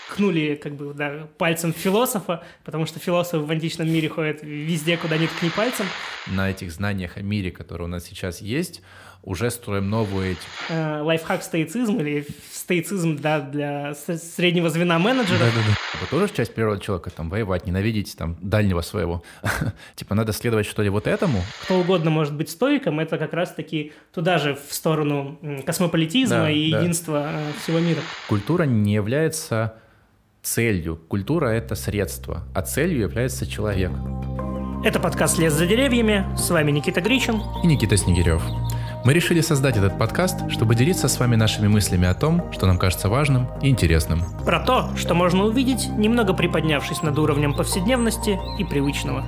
ткнули как бы, да, пальцем в философа, потому что философы в античном мире ходят везде, куда ни ткни пальцем. На этих знаниях о мире, которые у нас сейчас есть, уже строим новую этику. Лайфхак стоицизм или стоицизм, да, для среднего звена менеджеров. Да-да-да. Это тоже часть природы человека, там, воевать, ненавидеть там дальнего своего. Типа надо следовать, что ли, вот этому? Кто угодно может быть стоиком, это как раз-таки туда же в сторону космополитизма и единства всего мира. Культура не является целью. Культура — это средство, а целью является человек. Это подкаст «Лес за деревьями». С вами Никита Гричин и Никита Снегирев. Мы решили создать этот подкаст, чтобы делиться с вами нашими мыслями о том, что нам кажется важным и интересным. Про то, что можно увидеть, немного приподнявшись над уровнем повседневности и привычного.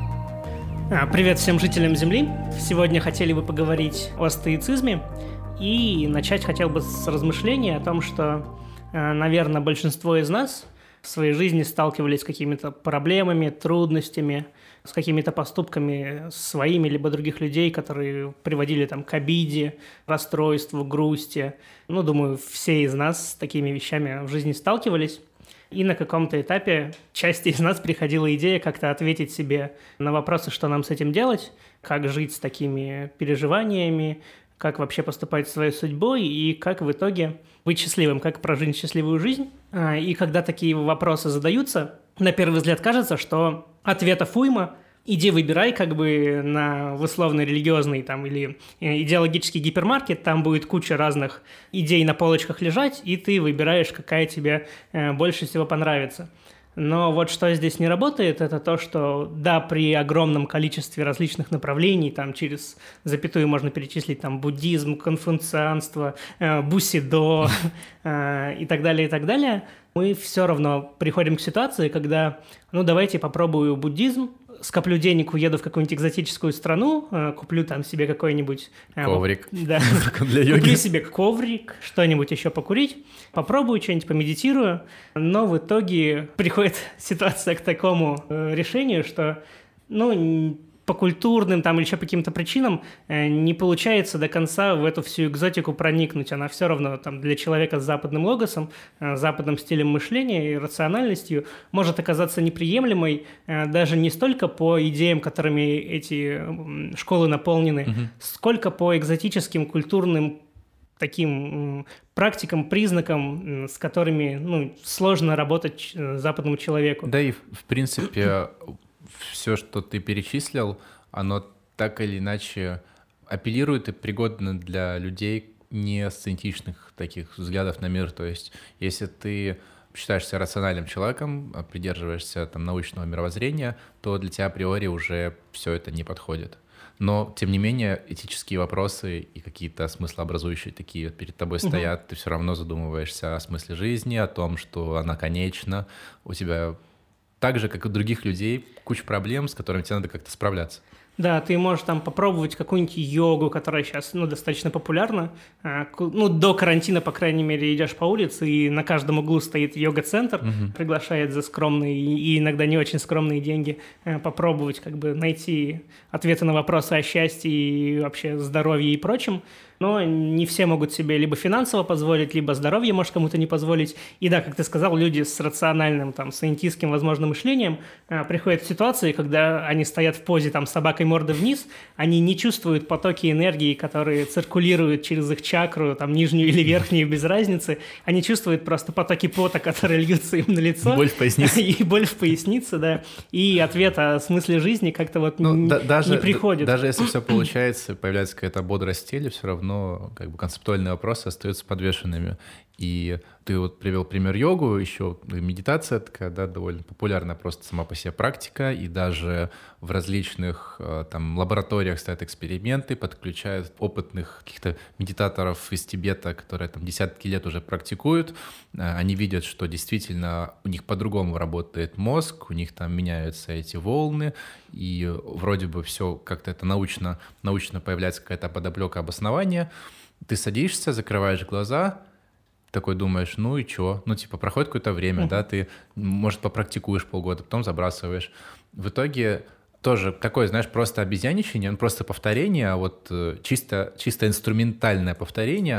Привет всем жителям Земли. Сегодня хотели бы поговорить о стоицизме. И начать хотел бы с размышления о том, что, наверное, большинство из нас в своей жизни сталкивались с какими-то проблемами, трудностями, с какими-то поступками своими либо других людей, которые приводили там к обиде, расстройству, грусти. Думаю, все из нас с такими вещами в жизни сталкивались. И на каком-то этапе части из нас приходила идея как-то ответить себе на вопросы, что нам с этим делать, как жить с такими переживаниями, как вообще поступать с своей судьбой и как в итоге быть счастливым, как прожить счастливую жизнь. И когда такие вопросы задаются, на первый взгляд кажется, что ответов уйма. Иди выбирай как бы в условно-религиозный там, или идеологический гипермаркет, там будет куча разных идей на полочках лежать, и ты выбираешь, какая тебе больше всего понравится. Но вот что здесь не работает, это то, что да, при огромном количестве различных направлений, там через запятую можно перечислить там буддизм, конфуцианство, бусидо и так далее, мы все равно приходим к ситуации, когда, давайте попробую буддизм, скоплю денег, уеду в какую-нибудь экзотическую страну, куплю там себе какой-нибудь... Коврик. Да. Для йоги. Куплю себе коврик, что-нибудь еще покурить, попробую, что-нибудь помедитирую, но в итоге приходит ситуация к такому решению, что, по культурным там или еще по каким-то причинам не получается до конца в эту всю экзотику проникнуть. Она все равно там для человека с западным логосом, западным стилем мышления и рациональностью может оказаться неприемлемой даже не столько по идеям, которыми эти школы наполнены, сколько по экзотическим культурным таким практикам, признакам, с которыми сложно работать западному человеку. Да и в принципе... Все, что ты перечислил, оно так или иначе апеллирует и пригодно для людей не сцентичных таких взглядов на мир. То есть, если ты считаешься рациональным человеком, придерживаешься там научного мировоззрения, то для тебя априори уже все это не подходит. Но, тем не менее, этические вопросы и какие-то смыслообразующие такие перед тобой стоят, ты все равно задумываешься о смысле жизни, о том, что она конечна, у тебя... Так же, как и у других людей, куча проблем, с которыми тебе надо как-то справляться. Да, ты можешь там попробовать какую-нибудь йогу, которая сейчас, достаточно популярна. До карантина, по крайней мере, идешь по улице, и на каждом углу стоит йога-центр, приглашает за скромные и иногда не очень скромные деньги попробовать как бы найти ответы на вопросы о счастье и вообще здоровье и прочем. Но не все могут себе либо финансово позволить, либо здоровье может кому-то не позволить. И да, как ты сказал, люди с рациональным, сcientистским, возможно, мышлением приходят в ситуации, когда они стоят в позе собакой мордой вниз, они не чувствуют потоки энергии, которые циркулируют через их чакру, нижнюю или верхнюю, без разницы. Они чувствуют просто потоки пота, которые льются им на лицо. Боль в пояснице. И боль в пояснице, да. И ответ о смысле жизни как-то не приходит. Даже если все получается, появляется какая-то бодрость в теле, все равно как бы концептуальные вопросы остаются подвешенными. И ты вот привел пример йогу, еще медитация такая, да, довольно популярная просто сама по себе практика, и даже в различных там лабораториях стоят эксперименты, подключают опытных каких-то медитаторов из Тибета, которые там десятки лет уже практикуют. Они видят, что действительно у них по-другому работает мозг, у них там меняются эти волны, и вроде бы все как-то это научно появляется какая-то подоплека обоснования. Ты садишься, закрываешь глаза, такой думаешь, и чё? Проходит какое-то время, да, ты, может, попрактикуешь полгода, потом забрасываешь. В итоге тоже такое, знаешь, просто обезьяничание, просто повторение, а вот чисто инструментальное повторение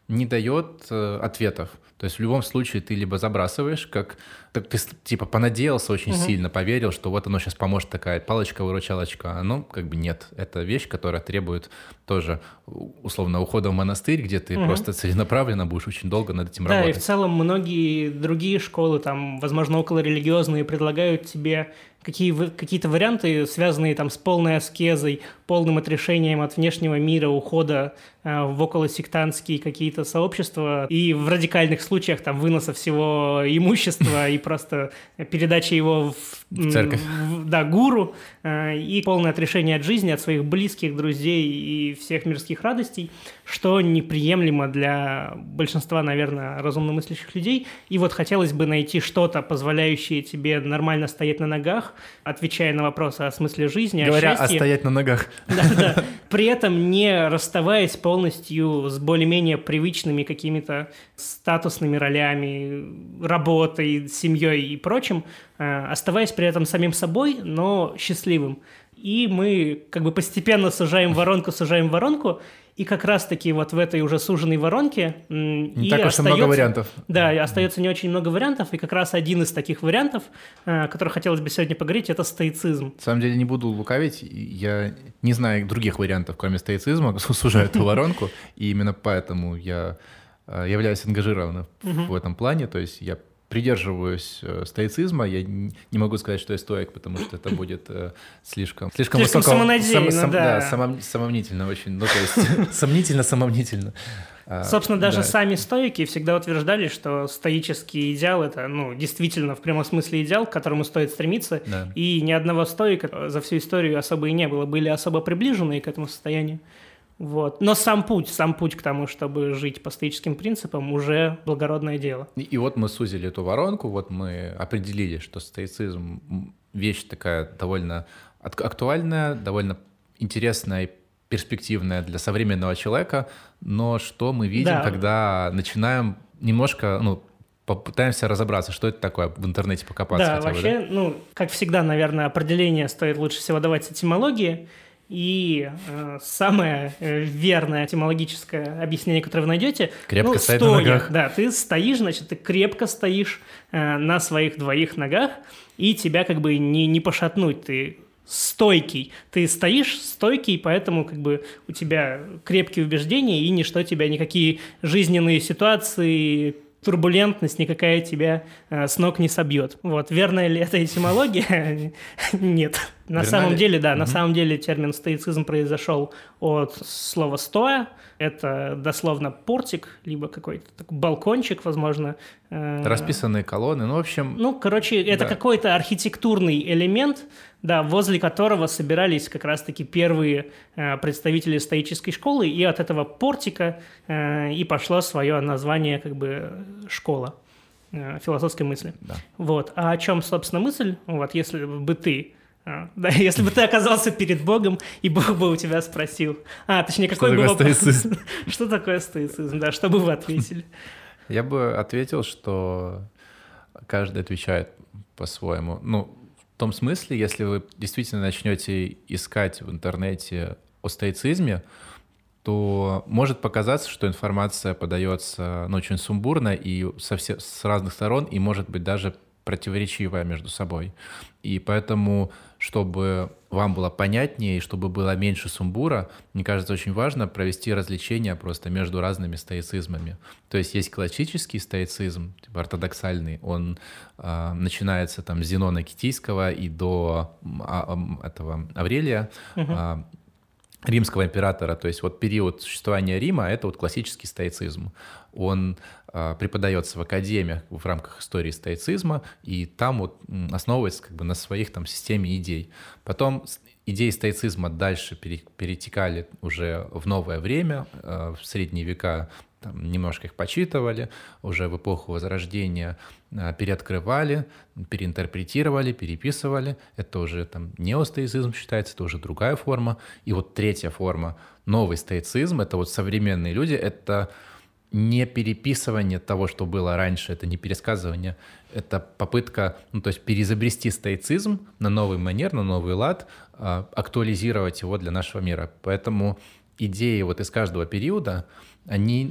не дает ответов. То есть в любом случае ты либо забрасываешь, как ты типа понадеялся очень сильно, поверил, что вот оно сейчас поможет, такая палочка-выручалочка, а оно как бы нет. Это вещь, которая требует тоже условно ухода в монастырь, где ты просто целенаправленно будешь очень долго над этим работать. Да, и в целом многие другие школы, там, возможно, околорелигиозные, предлагают тебе какие-то варианты, связанные там с полной аскезой, полным отрешением от внешнего мира, ухода в околосектантские какие-то сообщества и в радикальных случаях там выноса всего имущества и просто передачи его в церковь. Да, гуру, и полное отрешение от жизни, от своих близких, друзей и всех мирских радостей, что неприемлемо для большинства, наверное, разумно мыслящих людей. И вот хотелось бы найти что-то, позволяющее тебе нормально стоять на ногах, отвечая на вопросы о смысле жизни, Говоря о счастье. о стоять на ногах. Да. При этом не расставаясь полностью с более-менее привычными какими-то статусными ролями, работой, семьей и прочим, оставаясь при этом самим собой, но счастливым. И мы как бы постепенно сужаем воронку, и как раз-таки вот в этой уже суженной воронке не так уж и много вариантов. Да, остается не очень много вариантов, и как раз один из таких вариантов, о которых хотелось бы сегодня поговорить, это стоицизм. На самом деле не буду лукавить, я не знаю других вариантов, кроме стоицизма, сужаю эту воронку, и именно поэтому я являюсь ангажированным в этом плане, то есть я придерживаюсь стоицизма. Я не могу сказать, что я стоик, потому что это будет слишком высоко... самонадеянно, да. Самомнительно очень. Ну, то есть сомнительно. Собственно, даже сами стоики всегда утверждали, что стоический идеал – это, действительно, в прямом смысле идеал, к которому стоит стремиться, и ни одного стоика за всю историю особо и не было. Были особо приближенные к этому состоянию. Вот. Но сам путь к тому, чтобы жить по стоическим принципам, уже благородное дело. И вот мы сузили эту воронку, вот мы определили, что стоицизм – вещь такая довольно актуальная, довольно интересная и перспективная для современного человека, но что мы видим, когда начинаем немножко, попытаемся разобраться, что это такое, в интернете покопаться. Да, вообще, как всегда, наверное, определение стоит лучше всего давать с этимологии. И самое верное этимологическое объяснение, которое вы найдете, крепко стоять на ногах. Да, ты стоишь, значит, ты крепко стоишь на своих двоих ногах, и тебя как бы не пошатнуть, ты стойкий. Ты стоишь стойкий, поэтому как бы у тебя крепкие убеждения, и ничто тебя, никакие жизненные ситуации, турбулентность никакая тебя с ног не собьет. Вот. Верная ли это этимология? Нет. На самом деле, да, на самом деле термин стоицизм произошел от слова «стоя». Это дословно портик, либо какой-то такой балкончик, возможно. Расписанные колонны, в общем... это какой-то архитектурный элемент, да, возле которого собирались как раз-таки первые представители стоической школы, и от этого портика и пошло свое название как бы школа философской мысли. Да. Вот. А о чем, собственно, мысль? Вот, если бы ты оказался перед Богом, и Бог бы у тебя спросил. Точнее, какой бы вопрос? Что такое стоицизм? Да, что бы вы ответили? Я бы ответил, что каждый отвечает по-своему. В том смысле, если вы действительно начнете искать в интернете о стоицизме, то может показаться, что информация подается очень сумбурно и с разных сторон, и может быть даже противоречивая между собой. И поэтому, чтобы вам было понятнее и чтобы было меньше сумбура, мне кажется, очень важно провести различения просто между разными стоицизмами. То есть классический стоицизм, типа ортодоксальный, он начинается там с Зенона Китийского и до этого Аврелия, римского императора, то есть вот период существования Рима — это вот классический стоицизм. Он преподается в академиях в рамках истории стоицизма, и там вот основывается как бы на своих там системе идей. Потом идеи стоицизма дальше перетекали уже в новое время, в средние века там немножко их почитывали, уже в эпоху Возрождения переоткрывали, переинтерпретировали, переписывали. Это уже там неостоицизм считается, это уже другая форма. И вот третья форма, новый стоицизм, это вот современные люди, это не переписывание того, что было раньше, это не пересказывание, это попытка, то есть переизобрести стоицизм на новый манер, на новый лад, актуализировать его для нашего мира. Поэтому идеи вот из каждого периода они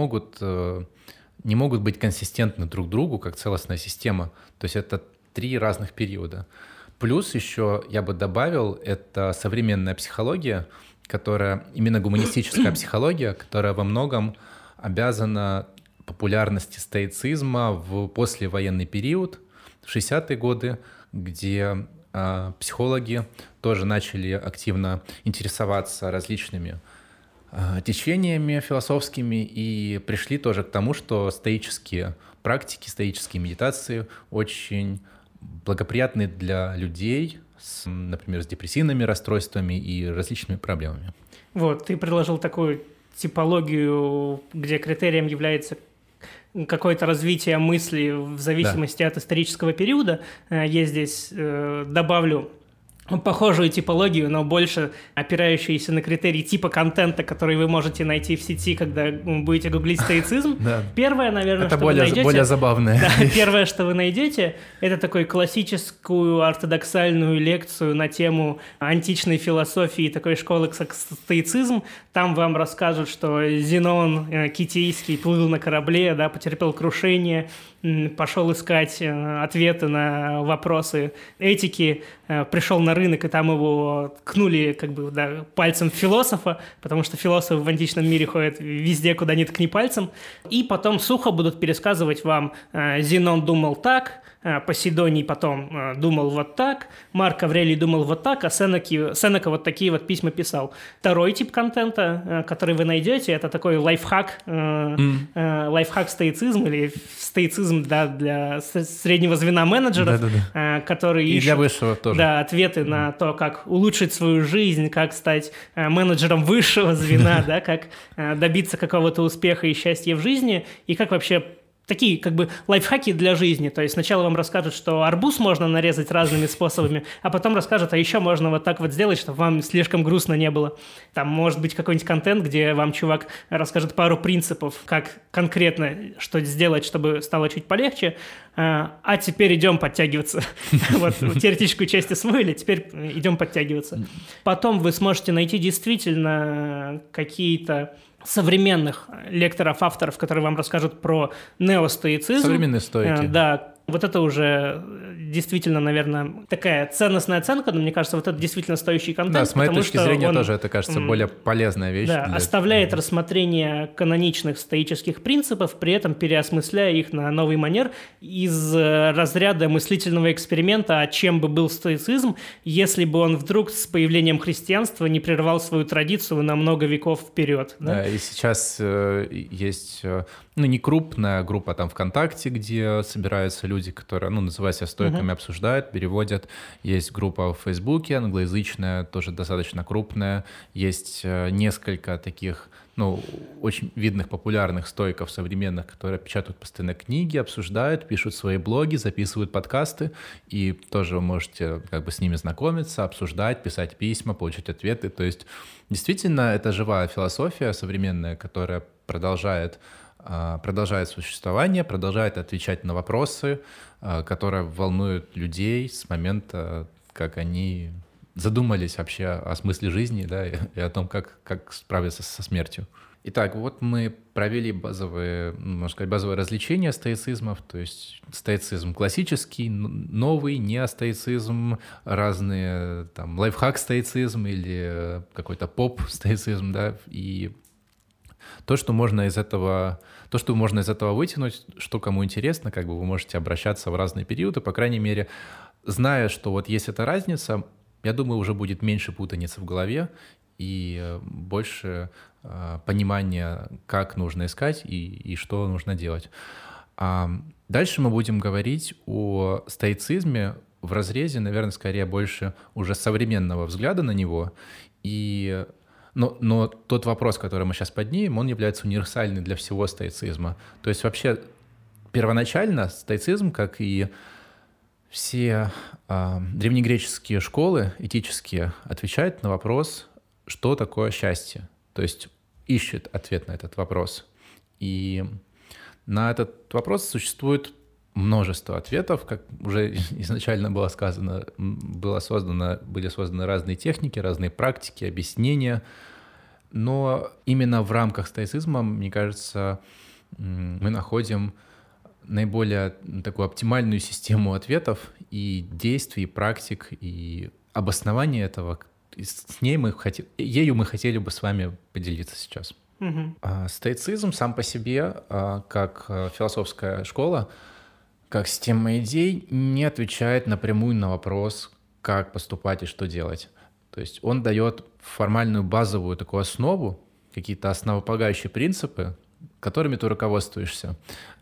не могут быть консистентны друг другу как целостная система. То есть это 3 разных периода. Плюс еще я бы добавил, это современная психология, которая, именно гуманистическая психология, которая во многом обязана популярности стоицизма в послевоенный период, в 60-е годы, где психологи тоже начали активно интересоваться различными течениями философскими и пришли тоже к тому, что стоические практики, стоические медитации очень благоприятны для людей, например, с депрессивными расстройствами и различными проблемами. Вот, ты предложил такую типологию, где критерием является какое-то развитие мысли в зависимости от исторического периода. Я здесь добавлю похожую типологию, но больше опирающуюся на критерии типа контента, который вы можете найти в сети, когда будете гуглить стоицизм. Первое, наверное, это что вы найдете... более забавное. Да, первое, что вы найдете, это такую классическую ортодоксальную лекцию на тему античной философии такой школы, как стоицизм. Там вам расскажут, что Зенон Китийский плыл на корабле, да, потерпел крушение, пошел искать ответы на вопросы этики, пришел на рынок, и там его ткнули пальцем философа, потому что философы в античном мире ходят везде, куда ни ткни пальцем, и потом сухо будут пересказывать вам: Зенон думал так, Посейдоний потом думал вот так, Марк Аврелий думал вот так, а Сенека вот такие вот письма писал. Второй тип контента, который вы найдете, это такой лайфхак стоицизм или стоицизм, да, для среднего звена менеджеров, которые ищут, для высшего тоже. Да, ответы на то, как улучшить свою жизнь, как стать менеджером высшего звена, да, как добиться какого-то успеха и счастья в жизни, и как вообще такие лайфхаки для жизни. То есть сначала вам расскажут, что арбуз можно нарезать разными способами, а потом расскажут, а еще можно вот так вот сделать, чтобы вам слишком грустно не было. Там может быть какой-нибудь контент, где вам чувак расскажет пару принципов, как конкретно что сделать, чтобы стало чуть полегче. А теперь идем подтягиваться. Вот теоретическую часть освоили, теперь идем подтягиваться. Потом вы сможете найти действительно какие-то современных лекторов, авторов, которые вам расскажут про неостоицизм. Современные стоики. Да, вот это уже действительно, наверное, такая ценностная оценка, но мне кажется, вот это действительно стоящий контент. Да, с моей точки зрения тоже это, кажется, более полезная вещь. Да, оставляет рассмотрение каноничных стоических принципов, при этом переосмысляя их на новый манер из разряда мыслительного эксперимента, а чем бы был стоицизм, если бы он вдруг с появлением христианства не прервал свою традицию на много веков вперед. Да, и сейчас есть не крупная группа там ВКонтакте, где собираются люди, которые, называя себя стоиками, обсуждают, переводят. Есть группа в Фейсбуке, англоязычная, тоже достаточно крупная. Есть несколько таких, очень видных, популярных стоиков современных, которые печатают постоянно книги, обсуждают, пишут свои блоги, записывают подкасты, и тоже вы можете с ними знакомиться, обсуждать, писать письма, получать ответы. То есть действительно это живая философия современная, которая продолжает существование, продолжает отвечать на вопросы, которые волнуют людей с момента, как они задумались вообще о смысле жизни, да, и о том, как справиться со смертью. Итак, вот мы провели базовые развлечения стоицизмов, то есть стоицизм классический, новый, неостоицизм, разные там лайфхак-стоицизм или какой-то поп-стоицизм, да, и то, что можно из этого вытянуть, что кому интересно, вы можете обращаться в разные периоды, по крайней мере, зная, что вот есть эта разница, я думаю, уже будет меньше путаницы в голове и больше понимания, как нужно искать и что нужно делать. Дальше мы будем говорить о стоицизме в разрезе, наверное, скорее больше уже современного взгляда на него. Но тот вопрос, который мы сейчас поднимем, он является универсальным для всего стоицизма. То есть вообще первоначально стоицизм, как и все древнегреческие школы этические, отвечает на вопрос, что такое счастье. То есть ищет ответ на этот вопрос. И на этот вопрос существует множество ответов, как уже изначально было сказано, были созданы разные техники, разные практики, объяснения. Но именно в рамках стоицизма, мне кажется, мы находим наиболее такую оптимальную систему ответов и действий, и практик, и обоснования этого. И ею мы хотели бы с вами поделиться сейчас. Стоицизм сам по себе, как философская школа, как система идей, не отвечает напрямую на вопрос, как поступать и что делать. То есть он дает формальную базовую такую основу, какие-то основополагающие принципы, которыми ты руководствуешься.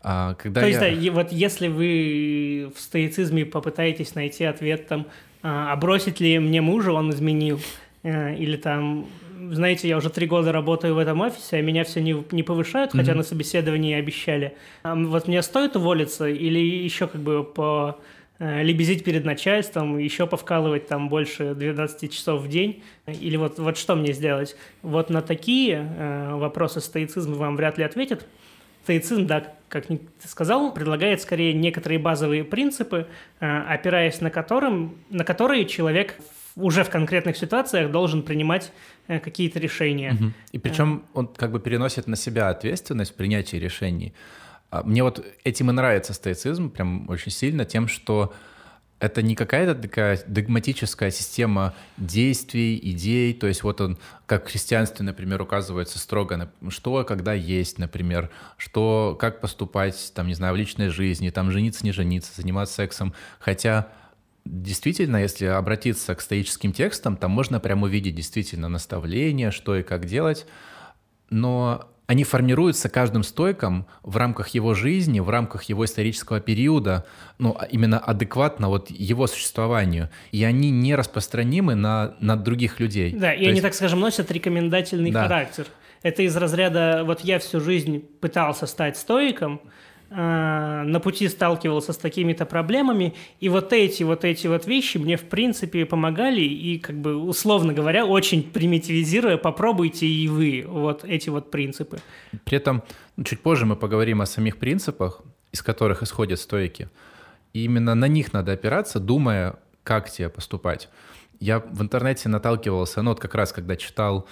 Вот если вы в стоицизме попытаетесь найти ответ там, а бросить ли мне мужа, он изменил, или там, знаете, я уже 3 года работаю в этом офисе, а меня все не повышают, хотя на собеседовании обещали. Вот мне стоит уволиться или еще как бы лебезить перед начальством, еще повкалывать там больше 12 часов в день, или вот что мне сделать? Вот на такие вопросы стоицизм вам вряд ли ответит. Стоицизм, да, как ты сказал, предлагает скорее некоторые базовые принципы, опираясь на которые человек уже в конкретных ситуациях должен принимать какие-то решения. И причем он как бы переносит на себя ответственность в принятии решений. Мне вот этим и нравится стоицизм прям очень сильно, тем, что это не какая-то такая догматическая система действий, идей, то есть вот он, как в христианстве, например, указывается строго, что, когда есть, например, что, как поступать, там, не знаю, в личной жизни, там, жениться, не жениться, заниматься сексом, хотя действительно, если обратиться к стоическим текстам, там можно прямо увидеть действительно наставления, что и как делать, но они формируются каждым стоиком в рамках его жизни, в рамках его исторического периода, ну, именно адекватно вот его существованию. И они не распространимы на других людей. Да, и они, так скажем, носят рекомендательный характер. Это из разряда, вот я всю жизнь пытался стать стоиком, на пути сталкивался с такими-то проблемами, и вот эти вещи мне, в принципе, помогали, и, как бы, условно говоря, очень примитивизируя, попробуйте и вы вот эти вот принципы. При этом чуть позже мы поговорим о самих принципах, из которых исходят стоики, и именно на них надо опираться, думая, как тебе поступать. Я в интернете наталкивался, ну вот как раз когда читал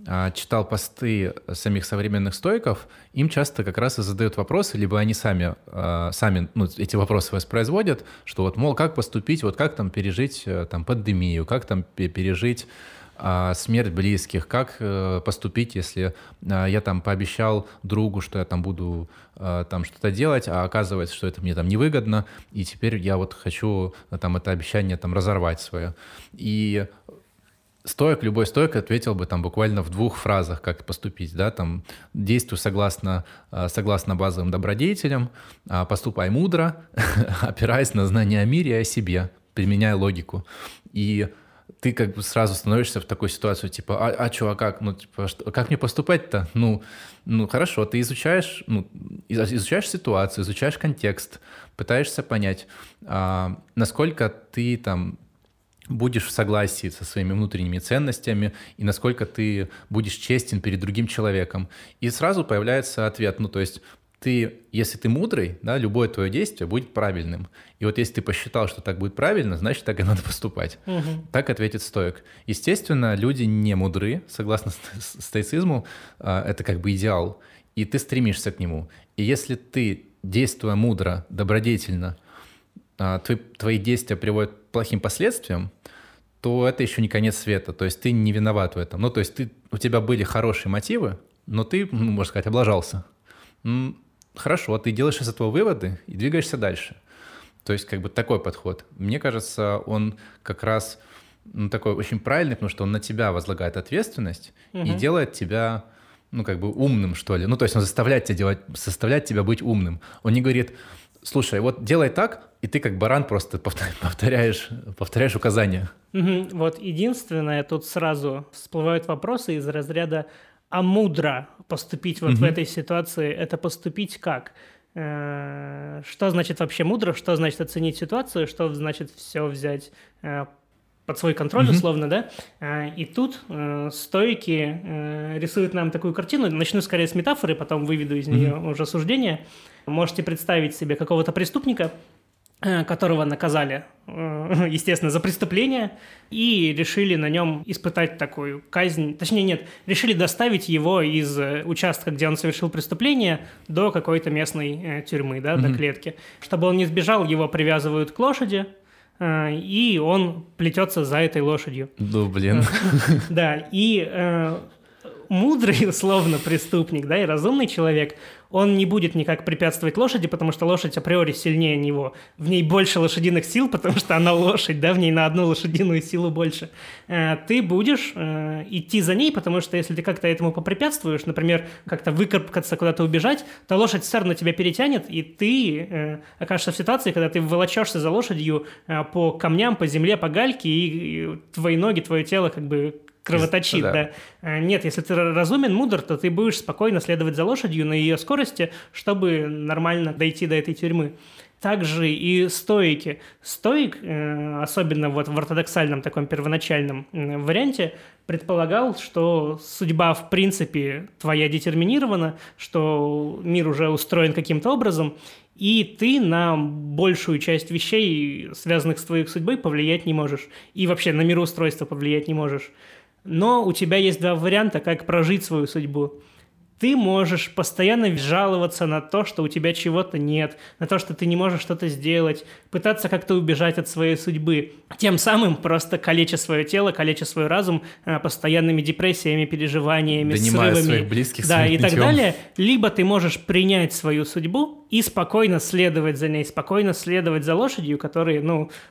посты самих современных стоиков, им часто как раз и задают вопросы, либо они сами эти вопросы воспроизводят, что вот, мол, как поступить, вот как там пережить там, пандемию, как там пережить смерть близких, как поступить, если я там пообещал другу, что я там буду там что-то делать, а оказывается, что это мне там невыгодно, и теперь я вот хочу там это обещание там разорвать свое. И любой стоик ответил бы там буквально в 2 фразах, как поступить, да, там действуй согласно базовым добродетелям, поступай мудро, опираясь на знания о мире и о себе, применяя логику. И ты как бы сразу становишься в такой ситуации, типа, а как? Ну, типа, как мне поступать-то? Ну, хорошо, ты изучаешь ситуацию, изучаешь контекст, пытаешься понять, насколько ты там будешь в согласии со своими внутренними ценностями и насколько ты будешь честен перед другим человеком. И сразу появляется ответ, ну, то есть если ты мудрый, да, любое твое действие будет правильным. И вот если ты посчитал, что так будет правильно, значит, так и надо поступать. Так ответит стоик. Естественно, люди не мудры, согласно стоицизму, это как бы идеал, и ты стремишься к нему. И если ты, действуя мудро, добродетельно, твои действия приводят к плохим последствиям, то это еще не конец света, то есть ты не виноват в этом. Ну, то есть у тебя были хорошие мотивы, но ты, можно сказать, облажался. Хорошо, ты делаешь из этого выводы и двигаешься дальше. То есть как бы такой подход. Мне кажется, он как раз такой очень правильный, потому что он на тебя возлагает ответственность и делает тебя, ну как бы умным, что ли. Ну то есть он заставляет тебя быть умным. Он не говорит, слушай, вот делай так, и ты как баран просто повторяешь указания. Вот единственное, тут сразу всплывают вопросы из разряда «а мудро поступить вот в этой ситуации» — это поступить как? Что значит вообще мудро? Что значит оценить ситуацию? Что значит все взять под свой контроль, условно, да? И тут стоики рисуют нам такую картину. Начну скорее с метафоры, потом выведу из нее уже суждение. Можете представить себе какого-то преступника, которого наказали, естественно, за преступление, и решили на нем испытать такую казнь. Точнее, нет, решили доставить его из участка, где он совершил преступление, до какой-то местной тюрьмы, да, до клетки. Чтобы он не сбежал, его привязывают к лошади, и он плетется за этой лошадью. Ну, блин. Да, и мудрый, условно, преступник, да, и разумный человек, он не будет никак препятствовать лошади, потому что лошадь априори сильнее него. В ней больше лошадиных сил, потому что она лошадь, да, в ней на одну лошадиную силу больше. Ты будешь идти за ней, потому что если ты как-то этому попрепятствуешь, например, как-то выкарабкаться, куда-то убежать, то лошадь все равно тебя перетянет, и ты окажешься в ситуации, когда ты волочешься за лошадью по камням, по земле, по гальке, и твои ноги, твое тело как бы кровоточит, да. Нет, если ты разумен, мудр, то ты будешь спокойно следовать за лошадью на ее скорости, чтобы нормально дойти до этой тюрьмы. Также и стоики. Стоик, особенно вот в ортодоксальном таком первоначальном варианте, предполагал, что судьба в принципе твоя детерминирована, что мир уже устроен каким-то образом, и ты на большую часть вещей, связанных с твоей судьбой, повлиять не можешь. И вообще на мироустройство повлиять не можешь. Но у тебя есть два варианта, как прожить свою судьбу. Ты можешь постоянно жаловаться на то, что у тебя чего-то нет, на то, что ты не можешь что-то сделать, пытаться как-то убежать от своей судьбы, тем самым просто калеча свое тело, калеча свой разум постоянными депрессиями, переживаниями, донимая срывами, своих близких, да, своим и так нытьем. далее. Либо ты можешь принять свою судьбу и спокойно следовать за ней, спокойно следовать за лошадью, которая,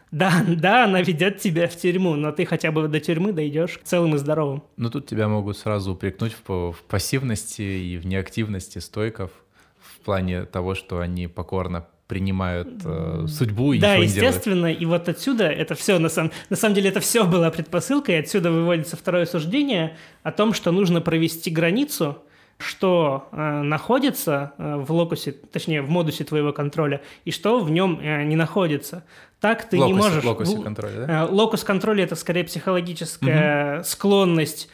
да, она ведет тебя в тюрьму, но ты хотя бы до тюрьмы дойдешь целым и здоровым. Ну, тут тебя могут сразу упрекнуть в пассивности и в неактивности стойков в плане того, что они покорно принимают судьбу и да, ничего не делают. естественно, и вот отсюда это все, на самом деле, это все была предпосылкой, отсюда выводится второе суждение о том, что нужно провести границу, что находится в локусе, точнее, в модусе твоего контроля, и что в нем не находится. Так ты не можешь... Локусе контроля, да? Локус контроля – это скорее психологическая склонность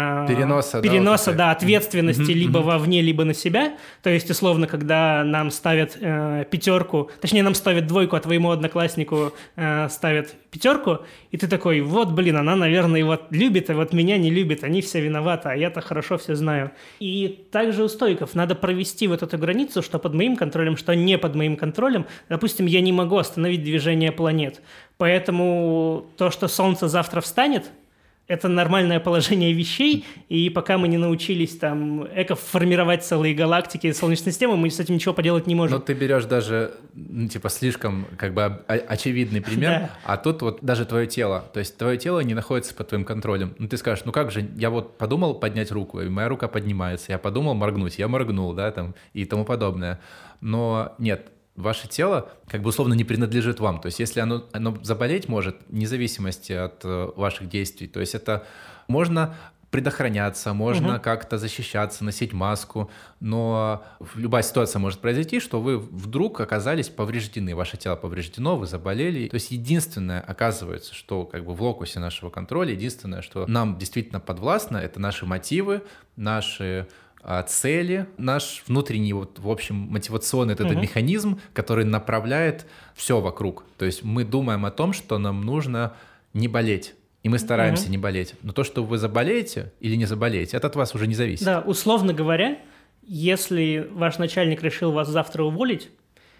переноса, ответственности либо вовне, либо на себя. То есть, условно, когда нам ставят пятерку, точнее, нам ставят двойку, а твоему однокласснику ставят пятерку, и ты такой, вот, блин, она, наверное, вот любит, а вот меня не любит, они все виноваты, а я-то хорошо все знаю. И также у стоиков надо провести вот эту границу, что под моим контролем, что не под моим контролем. Допустим, я не могу остановить движение планет. Поэтому то, что Солнце завтра встанет, это нормальное положение вещей, и пока мы не научились там формировать целые галактики Солнечной системы, мы с этим ничего поделать не можем. Но ты берешь даже, слишком как бы очевидный пример, Да. А тут вот даже твое тело, то есть твое тело не находится под твоим контролем. Ну ты скажешь, ну как же, я вот подумал поднять руку, и моя рука поднимается, я подумал моргнуть, я моргнул, да, там, и тому подобное. Но нет, ваше тело как бы условно не принадлежит вам. То есть если оно заболеть может, вне зависимости от ваших действий, то есть это можно предохраняться, можно как-то защищаться, носить маску, но любая ситуация может произойти, что вы вдруг оказались повреждены, ваше тело повреждено, вы заболели. То есть единственное, оказывается, что как бы в локусе нашего контроля, единственное, что нам действительно подвластно, это наши мотивы, наши цели, наш внутренний, вот, в общем, мотивационный этот механизм, который направляет все вокруг. То есть мы думаем о том, что нам нужно не болеть, и мы стараемся не болеть. Но то, что вы заболеете или не заболеете, это от вас уже не зависит. Да, условно говоря, если ваш начальник решил вас завтра уволить,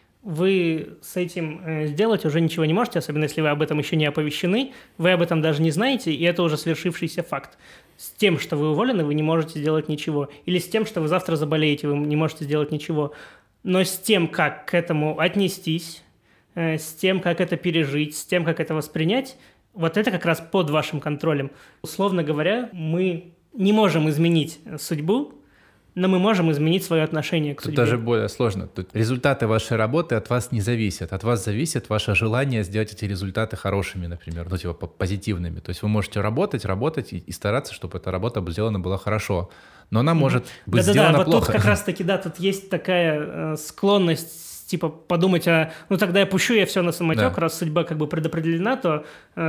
вы с этим сделать уже ничего не можете, особенно если вы об этом еще не оповещены, вы об этом даже не знаете, и это уже свершившийся факт. С тем, что вы уволены, вы не можете сделать ничего. Или с тем, что вы завтра заболеете, вы не можете сделать ничего. Но с тем, как к этому отнестись, с тем, как это пережить, с тем, как это воспринять, вот это как раз под вашим контролем. Условно говоря, мы не можем изменить судьбу, но мы можем изменить свое отношение к судьбе. Тут даже более сложно. Тут результаты вашей работы от вас не зависят. От вас зависит ваше желание сделать эти результаты хорошими, например, позитивными. То есть вы можете работать и стараться, чтобы эта работа сделана была хорошо. Но она может быть сделана вот плохо. Тут как раз-таки, тут есть такая склонность типа подумать, ну тогда я пущу я все на самотек, Да. раз судьба как бы предопределена, то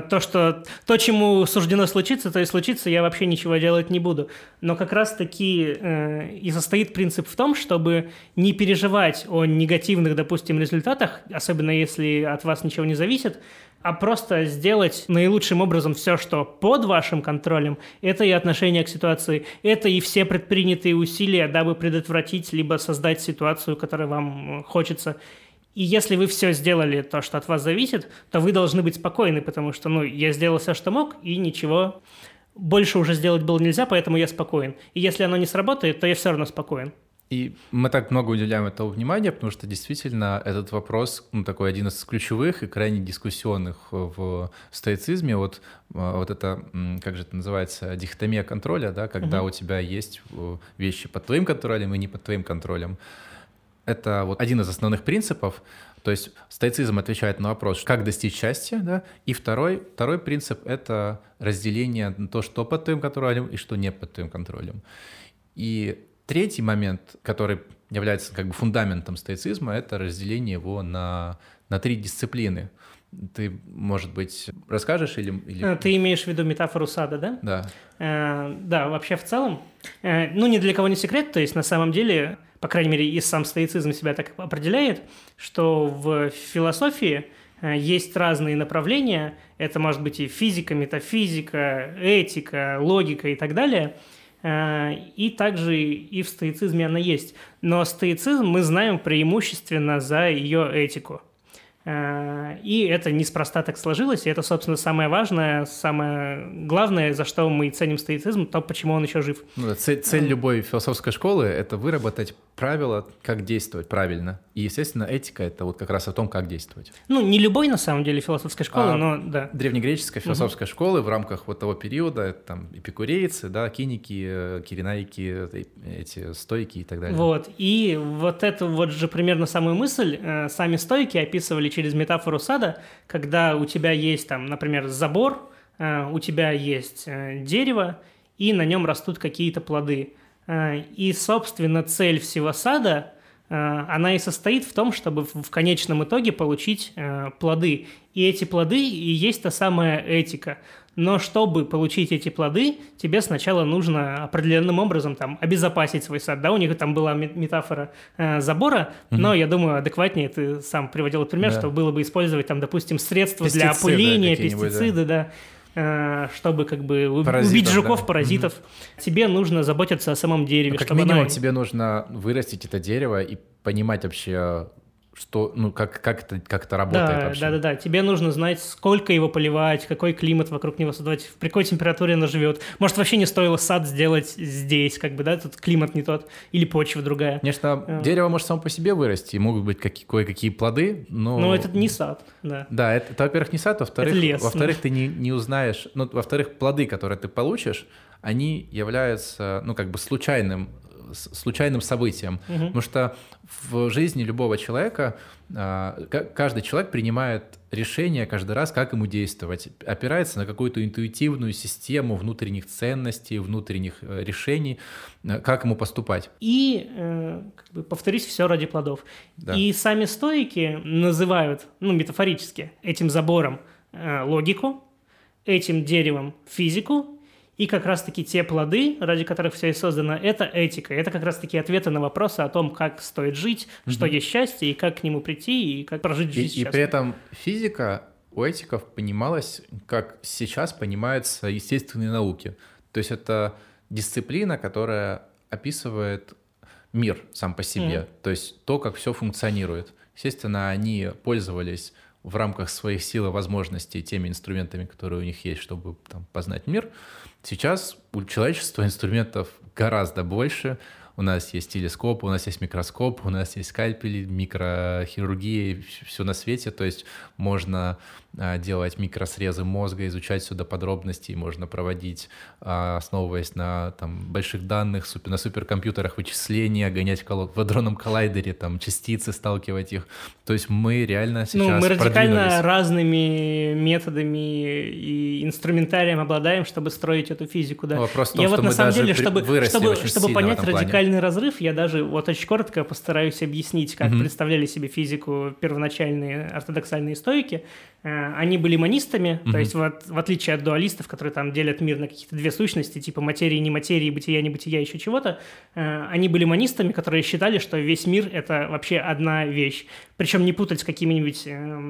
чему суждено случиться, то и случится, я вообще ничего делать не буду. Но как раз-таки и состоит принцип в том, чтобы не переживать о негативных, допустим, результатах, особенно если от вас ничего не зависит, а просто сделать наилучшим образом все, что под вашим контролем. Это и отношение к ситуации, это и все предпринятые усилия, дабы предотвратить либо создать ситуацию, которую вам хочется. И если вы все сделали то, что от вас зависит, то вы должны быть спокойны, потому что, я сделал все, что мог, и ничего больше уже сделать было нельзя, поэтому я спокоен. И если оно не сработает, то я все равно спокоен. И мы так много уделяем этому внимания, потому что действительно этот вопрос, такой один из ключевых и крайне дискуссионных в стоицизме. Вот это, как же это называется, дихотомия контроля, да, когда у тебя есть вещи под твоим контролем и не под твоим контролем. Это вот один из основных принципов. То есть стоицизм отвечает на вопрос, как достичь счастья, да, и второй принцип — это разделение на то, что под твоим контролем и что не под твоим контролем. И третий момент, который является как бы фундаментом стоицизма, это разделение его на 3 дисциплины. Ты, может быть, расскажешь или... Ты имеешь в виду метафору сада, да? Да. Да, вообще в целом, ни для кого не секрет, то есть на самом деле, по крайней мере, и сам стоицизм себя так определяет, что в философии есть разные направления, это может быть и физика, метафизика, этика, логика и так далее. И также и в стоицизме она есть. Но стоицизм мы знаем преимущественно за ее этику. И это неспроста так сложилось, и это, собственно, самое важное, самое главное, за что мы ценим стоицизм, то, почему он еще жив. Цель любой философской школы — это выработать правила, как действовать правильно. И, естественно, этика — это вот как раз о том, как действовать. Не любой, на самом деле, философской школы, но да. Древнегреческая философская школа в рамках вот того периода, это там эпикурейцы, да, киники, киренайки, эти стойки и так далее. Вот, и вот эту вот же примерно самую мысль сами стойки описывали через метафору сада, когда у тебя есть там, например, забор, у тебя есть дерево, и на нем растут какие-то плоды. И, собственно, цель всего сада, она и состоит в том, чтобы в конечном итоге получить плоды. И эти плоды и есть та самая этика. Но чтобы получить эти плоды, тебе сначала нужно определенным образом там обезопасить свой сад. Да, у них там была метафора забора, но я думаю, адекватнее ты сам приводил пример, что было бы использовать там, допустим, средства пестициды для опыления, пестициды, да. Чтобы как бы убить жуков, паразитов. Тебе нужно заботиться о самом дереве. Как минимум тебе нужно вырастить это дерево и понимать вообще, что, как это работает вообще. Да. Тебе нужно знать, сколько его поливать, какой климат вокруг него создавать, при какой температуре оно живет. Может, вообще не стоило сад сделать здесь, тут климат не тот, или почва другая. Конечно, дерево может само по себе вырасти, и могут быть кое-какие плоды, но... Но это не сад, да. Да, это, во-первых, не сад, это лес, во-вторых, ты не узнаешь... во-вторых, плоды, которые ты получишь, они являются, случайным событием. Потому что в жизни любого человека каждый человек принимает решение каждый раз, как ему действовать, опирается на какую-то интуитивную систему внутренних ценностей, внутренних решений, как ему поступать. И, повторюсь, все ради плодов. Да. И сами стоики называют, метафорически, этим забором логику, этим деревом физику, и как раз-таки те плоды, ради которых все и создано, это этика. Это как раз-таки ответы на вопросы о том, как стоит жить, что есть счастье, и как к нему прийти, и как прожить жизнь счастливо. И при этом физика у этиков понималась, как сейчас понимаются естественные науки. То есть это дисциплина, которая описывает мир сам по себе, то есть то, как все функционирует. Естественно, они пользовались в рамках своих сил и возможностей теми инструментами, которые у них есть, чтобы познать мир. Сейчас у человечества инструментов гораздо больше. У нас есть телескоп, у нас есть микроскоп, у нас есть скальпели, микрохирургия, все на свете. То есть можно делать микросрезы мозга, изучать все до подробностей, можно проводить, основываясь на больших данных, на суперкомпьютерах вычисления, гонять в адронном коллайдере частицы, сталкивать их. То есть мы реально сейчас мы радикально продвинулись. Разными методами и инструментарием обладаем, чтобы строить эту физику. Да. Вопрос в том, Я что на мы самом даже деле, чтобы понять радикально принципиальный разрыв. Я даже вот очень коротко постараюсь объяснить, как представляли себе физику первоначальные ортодоксальные стоики. Они были монистами, то есть вот, в отличие от дуалистов, которые там делят мир на какие-то две сущности, типа материи, не материи, бытия, не бытия, еще чего-то, они были монистами, которые считали, что весь мир — это вообще одна вещь. Причем не путать с какими-нибудь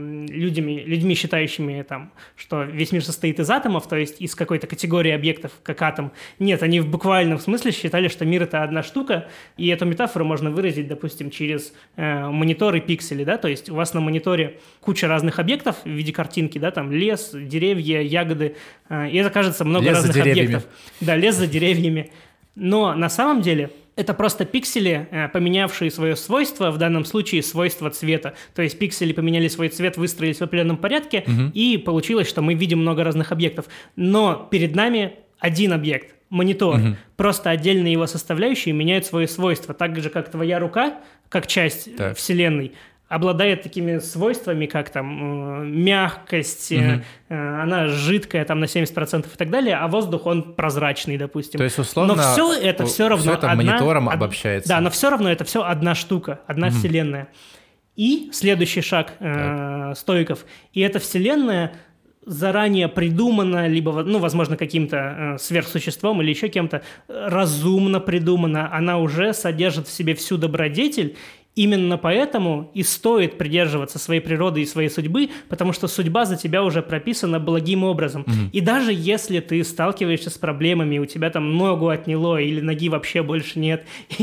людьми, считающими, там, что весь мир состоит из атомов, то есть из какой-то категории объектов, как атом. Нет, они в буквальном смысле считали, что мир — это одна штука, и эту метафору можно выразить, допустим, через монитор и пиксели, да, то есть у вас на мониторе куча разных объектов в виде картинки, да, там лес, деревья, ягоды, и это, кажется, много лес разных объектов. Да, лес за деревьями. Но на самом деле это просто пиксели, поменявшие свое свойство, в данном случае свойство цвета. То есть пиксели поменяли свой цвет, выстроились в определенном порядке, и получилось, что мы видим много разных объектов. Но перед нами один объект – монитор. Просто отдельные его составляющие меняют свои свойства. Так же, как твоя рука, как часть Вселенной, обладает такими свойствами, как там мягкость, она жидкая там на 70% и так далее, а воздух, он прозрачный, допустим. То есть, условно, но все это все равно это монитором обобщается. Да, но все равно это все одна штука, одна вселенная. И следующий шаг стоиков, и эта вселенная заранее придумана, либо, ну, возможно, каким-то сверхсуществом или еще кем-то разумно придумана, она уже содержит в себе всю добродетель. Именно поэтому и стоит придерживаться своей природы и своей судьбы, потому что судьба за тебя уже прописана благим образом. И даже если ты сталкиваешься с проблемами, у тебя там ногу отняло, или ноги вообще больше нет,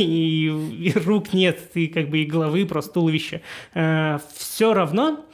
и рук нет, ты как бы и головы, просто туловище, все равно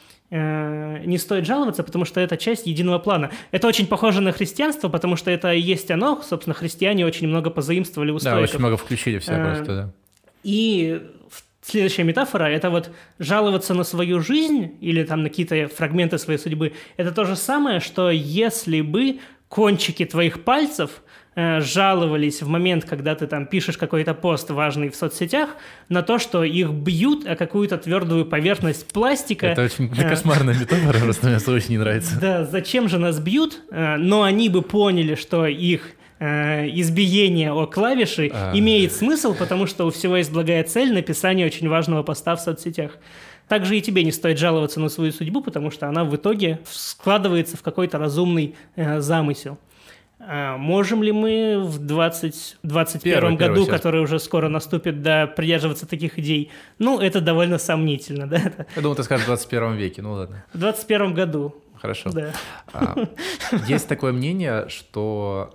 не стоит жаловаться, потому что это часть единого плана. Это очень похоже на христианство, потому что это и есть оно. Собственно, христиане очень много позаимствовали у стоиков. Да, очень много включили все просто, да. И следующая метафора – это вот жаловаться на свою жизнь или там на какие-то фрагменты своей судьбы. Это то же самое, что если бы кончики твоих пальцев жаловались в момент, когда ты там пишешь какой-то пост важный в соцсетях, на то, что их бьют о какую-то твердую поверхность пластика. Это очень кошмарная метафора, просто мне очень не нравится. Да, зачем же нас бьют? Но они бы поняли, что их избиение о клавиши имеет смысл, потому что у всего есть благая цель — написание очень важного поста в соцсетях. Также и тебе не стоит жаловаться на свою судьбу, потому что она в итоге складывается в какой-то разумный замысел. Можем ли мы в 2021 году, который уже скоро наступит, да, придерживаться таких идей? Ну, это довольно сомнительно, да? Я думал, ты скажешь в 21 веке, ну ладно. В 21 году. Хорошо. Да. Есть такое мнение, что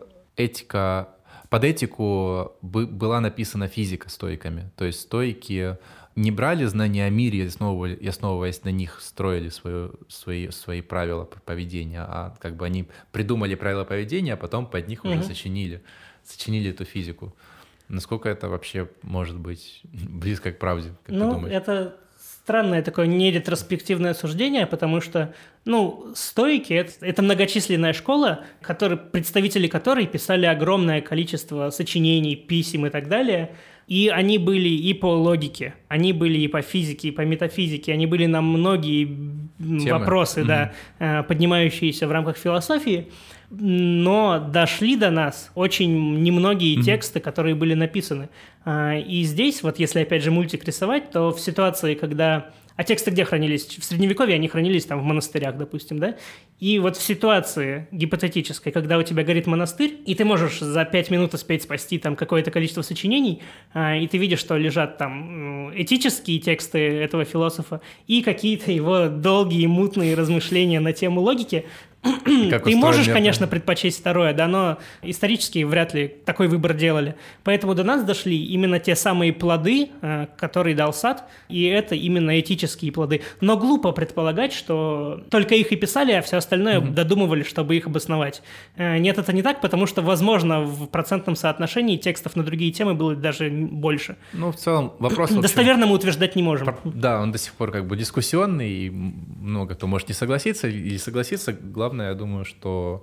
под этику была написана физика стоиками. То есть стоики не брали знания о мире и основываясь на них строили свои правила поведения, а как бы они придумали правила поведения, а потом под них уже сочинили эту физику. Насколько это вообще может быть близко к правде, как ты думаешь? Это странное такое неретроспективное суждение, потому что, стоики — это многочисленная школа, представители которой писали огромное количество сочинений, писем и так далее, и они были и по логике, они были и по физике, и по метафизике, они были на многие вопросы, поднимающиеся в рамках философии, но дошли до нас очень немногие тексты, которые были написаны. И здесь, вот если опять же мультик рисовать, то в ситуации, когда... А тексты где хранились? В Средневековье они хранились там в монастырях, допустим, да? И вот в ситуации гипотетической, когда у тебя горит монастырь, и ты можешь за 5 минут успеть спасти там какое-то количество сочинений, и ты видишь, что лежат там этические тексты этого философа и какие-то его долгие мутные размышления на тему логики, ты можешь, конечно, предпочесть второе, да, но исторически вряд ли такой выбор делали. Поэтому до нас дошли именно те самые плоды, которые дал сад, и это именно этические плоды. Но глупо предполагать, что только их и писали, а все остальное додумывали, чтобы их обосновать. Нет, это не так, потому что, возможно, в процентном соотношении текстов на другие темы было даже больше. В целом вопрос... Достоверно мы утверждать не можем. Да, он до сих пор как бы дискуссионный, и много кто может не согласиться или согласиться. Главное, я думаю, что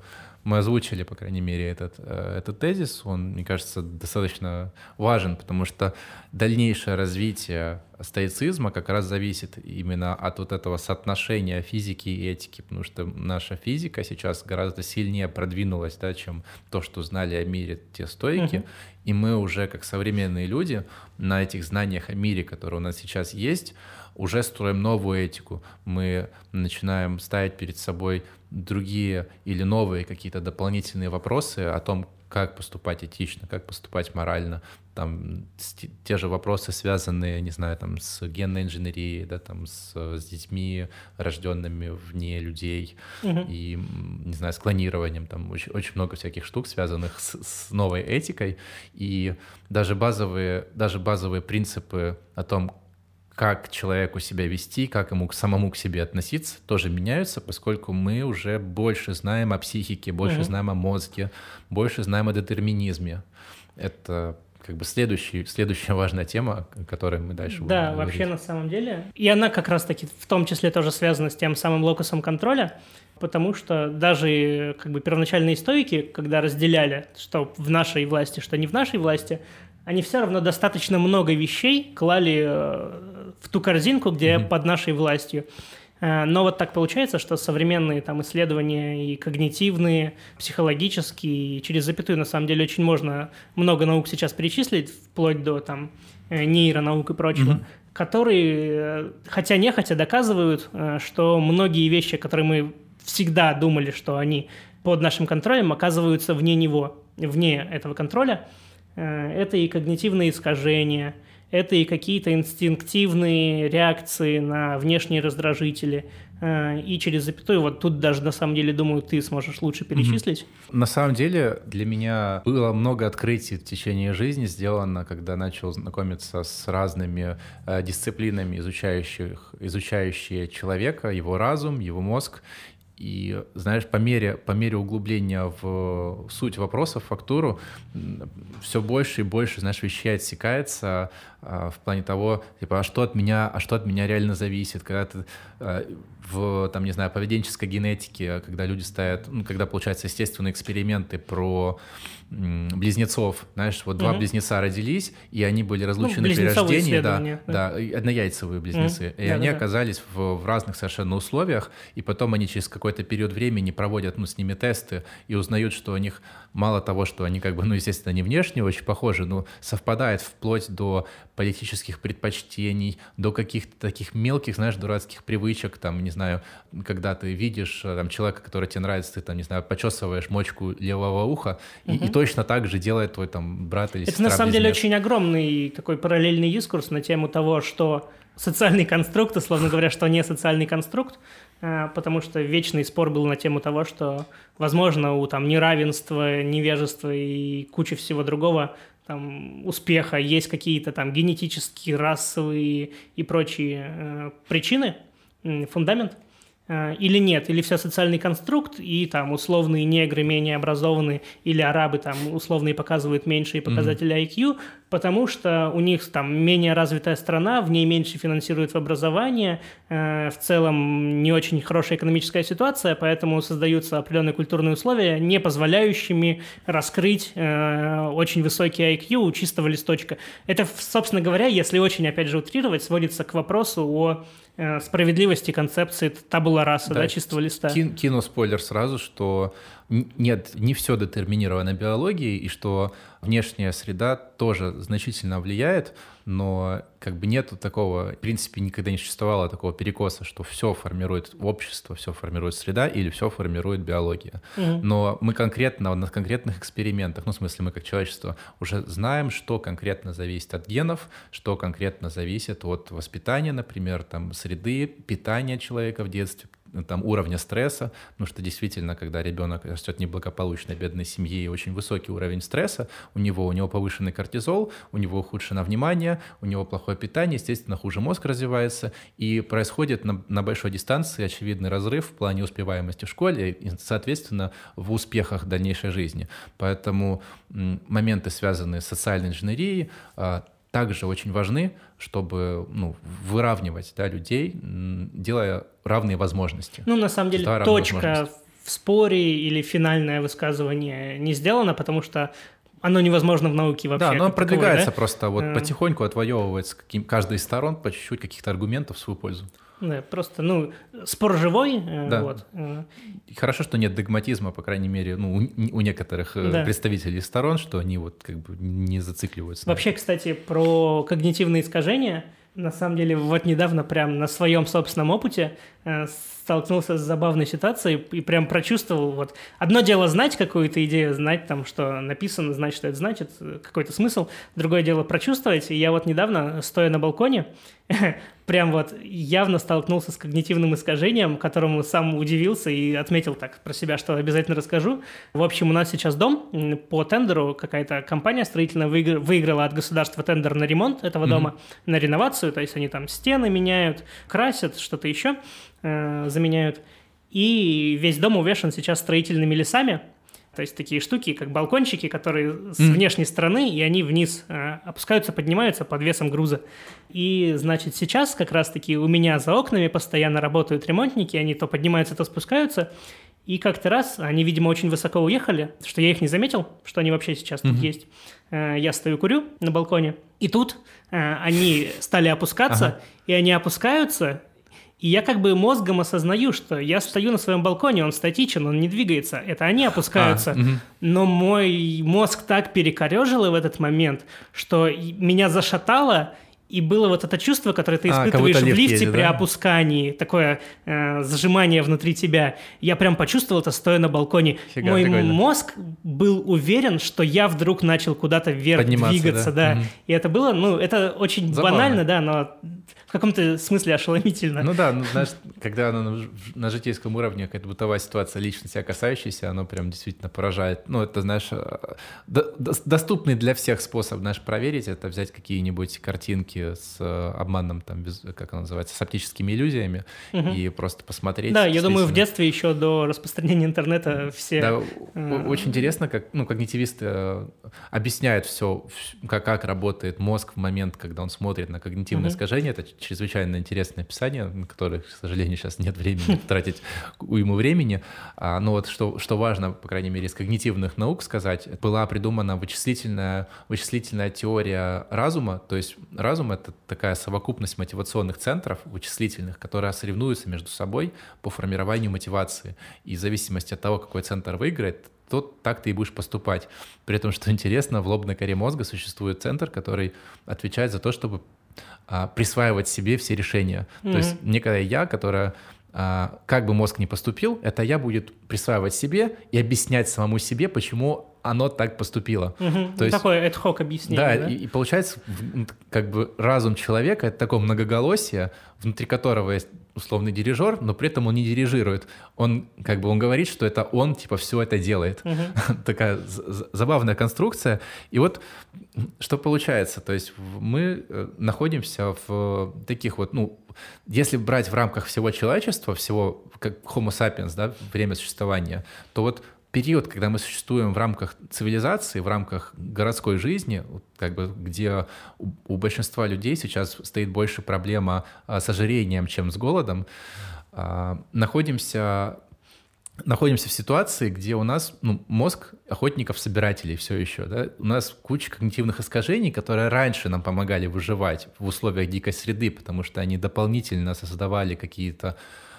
мы озвучили, по крайней мере, этот тезис. Он, мне кажется, достаточно важен, потому что дальнейшее развитие стоицизма как раз зависит именно от вот этого соотношения физики и этики, потому что наша физика сейчас гораздо сильнее продвинулась, да, чем то, что знали о мире те стоики, и мы уже, как современные люди, на этих знаниях о мире, которые у нас сейчас есть, уже строим новую этику. Мы начинаем ставить перед собой другие или новые какие-то дополнительные вопросы о том, как поступать этично, как поступать морально. Там те же вопросы, связанные, не знаю, там, с генной инженерией, да, там, с детьми, рожденными вне людей, и, не знаю, с клонированием. Там очень много всяких штук, связанных с новой этикой. И даже базовые принципы о том, как человеку себя вести, как ему самому к себе относиться, тоже меняются, поскольку мы уже больше знаем о психике, больше знаем о мозге, больше знаем о детерминизме. Это как бы следующая важная тема, о которой мы дальше будем говорить. Да, вообще на самом деле. И она как раз-таки в том числе тоже связана с тем самым локусом контроля, потому что даже как бы первоначальные стоики, когда разделяли, что в нашей власти, что не в нашей власти, они все равно достаточно много вещей клали в ту корзинку, где под нашей властью. Но вот так получается, что современные там исследования и когнитивные, психологические, и через запятую на самом деле очень можно много наук сейчас перечислить, вплоть до там нейронаук и прочего, которые, хотя нехотя, доказывают, что многие вещи, которые мы всегда думали, что они под нашим контролем, оказываются вне него, вне этого контроля. Это и когнитивные искажения, это и какие-то инстинктивные реакции на внешние раздражители. И через запятую, вот тут даже на самом деле, думаю, ты сможешь лучше перечислить. На самом деле для меня было много открытий в течение жизни сделано, когда начал знакомиться с разными дисциплинами, изучающие человека, его разум, его мозг. И, знаешь, по мере углубления в суть вопросов, фактуру, все больше и больше, знаешь, вещей отсекается в плане того, типа, а что от меня реально зависит, когда ты в, там, не знаю, поведенческой генетике, когда люди ставят, когда получаются естественные эксперименты про близнецов, знаешь, вот два близнеца родились, и они были разлучены при рождении, да, однояйцевые близнецы, и они оказались в разных совершенно условиях, и потом они через какой-то период времени проводят, с ними тесты и узнают, что у них мало того, что они как бы, естественно, не внешне очень похожи, но совпадает вплоть до политических предпочтений, до каких-то таких мелких, знаешь, дурацких привычек, там, не знаю, когда ты видишь там человека, который тебе нравится, ты там, не знаю, почесываешь мочку левого уха, и точно так же делает твой там брат или сестра. Это на самом деле очень огромный такой параллельный дискурс на тему того, что социальный конструкт, условно говоря, что не социальный конструкт, потому что вечный спор был на тему того, что, возможно, у там неравенства, невежества и кучи всего другого там, успеха есть какие-то там генетические, расовые и прочие причины, фундамент, или нет, или все социальный конструкт, и там условные негры менее образованные, или арабы там условные показывают меньшие показатели IQ, потому что у них там менее развитая страна, в ней меньше финансируют в образование, в целом не очень хорошая экономическая ситуация, поэтому создаются определенные культурные условия, не позволяющими раскрыть очень высокий IQ у чистого листочка. Это, собственно говоря, если очень, опять же, утрировать, сводится к вопросу о справедливости концепции табула раса, да, чистого листа. Кину спойлер сразу, что нет, не все детерминировано биологией, и что внешняя среда тоже значительно влияет, но как бы нету такого, в принципе, никогда не существовало такого перекоса, что все формирует общество, все формирует среда или все формирует биология. Но мы конкретно на конкретных экспериментах, в смысле мы как человечество, уже знаем, что конкретно зависит от генов, что конкретно зависит от воспитания, например, там, среды, питания человека в детстве, там, уровня стресса, потому что действительно, когда ребенок растет в неблагополучной бедной семье и очень высокий уровень стресса, у него повышенный кортизол, у него ухудшено внимание, у него плохое питание, естественно, хуже мозг развивается, и происходит на большой дистанции очевидный разрыв в плане успеваемости в школе и, соответственно, в успехах дальнейшей жизни. Поэтому моменты, связанные с социальной инженерией, также очень важны, чтобы выравнивать людей, делая равные возможности. На самом деле, точка в споре или финальное высказывание не сделано, потому что оно невозможно в науке вообще. Да, но оно продвигается, да? Просто вот потихоньку отвоевывается каждой из сторон по чуть-чуть каких-то аргументов в свою пользу. Да, просто, спор живой. Да. Вот. И хорошо, что нет догматизма, по крайней мере, у некоторых представителей сторон, что они вот как бы не зацикливаются. Вообще, кстати, про когнитивные искажения, на самом деле, вот недавно прям на своем собственном опыте столкнулся с забавной ситуацией и прям прочувствовал. Вот. Одно дело знать какую-то идею, знать там, что написано, знать, что это значит, какой-то смысл. Другое дело прочувствовать. И я вот недавно, стоя на балконе, прям вот явно столкнулся с когнитивным искажением, которому сам удивился и отметил так про себя, что обязательно расскажу. В общем, у нас сейчас дом по тендеру, какая-то компания строительная выиграла от государства тендер на ремонт этого дома, на реновацию, то есть они там стены меняют, красят, что-то еще заменяют. И весь дом увешан сейчас строительными лесами, то есть такие штуки, как балкончики, которые с внешней стороны, и они вниз опускаются, поднимаются под весом груза. И, значит, сейчас как раз-таки у меня за окнами постоянно работают ремонтники, они то поднимаются, то спускаются. И как-то раз они, видимо, очень высоко уехали, что я их не заметил, что они вообще сейчас тут есть. Я стою, курю на балконе, и тут они стали опускаться, и они опускаются. И я как бы мозгом осознаю, что я стою на своем балконе, он статичен, он не двигается. Это они опускаются. Но мой мозг так перекорежило в этот момент, что меня зашатало, и было вот это чувство, которое ты испытываешь в лифте едет, при опускании, такое сжимание внутри тебя. Я прям почувствовал это, стоя на балконе. Мой мозг был уверен, что я вдруг начал куда-то вверх двигаться. Да. И это было, это очень банально, да, но в каком-то смысле ошеломительно. Ну да, знаешь, когда на житейском уровне какая-то бытовая ситуация, лично себя касающаяся, оно прям действительно поражает. Это, знаешь, доступный для всех способ, знаешь, проверить, это взять какие-нибудь картинки с обманом, там, как оно называется, с оптическими иллюзиями, и просто посмотреть. Да, я думаю, в детстве еще до распространения интернета все... Да, очень интересно, как когнитивисты объясняют все, как работает мозг в момент, когда он смотрит на когнитивное искажение. Это чрезвычайно интересное описание, на которое, к сожалению, сейчас нет времени тратить уйму времени. Но вот что важно, по крайней мере, из когнитивных наук сказать, была придумана вычислительная теория разума, то есть разум — это такая совокупность мотивационных центров вычислительных, которые соревнуются между собой по формированию мотивации. И в зависимости от того, какой центр выиграет, то так ты и будешь поступать. При этом, что интересно, в лобной коре мозга существует центр, который отвечает за то, чтобы присваивать себе все решения. То есть некое я, которое, как бы мозг ни поступил, это я будет присваивать себе и объяснять самому себе, почему оно так поступило. То есть, такое ad-hoc объяснение. Да, и получается, как бы разум человека — это такое многоголосие, внутри которого есть условный дирижер, но при этом он не дирижирует. Он говорит, что это он, все это делает. Такая забавная конструкция. И вот что получается? То есть мы находимся в таких вот, если брать в рамках всего человечества, всего как Homo sapiens, да, время существования, то вот период, когда мы существуем в рамках цивилизации, в рамках городской жизни, где у большинства людей сейчас стоит больше проблема с ожирением, чем с голодом, находимся в ситуации, где у нас мозг охотников-собирателей все еще. Да? У нас куча когнитивных искажений, которые раньше нам помогали выживать в условиях дикой среды, потому что они дополнительно создавали какие-то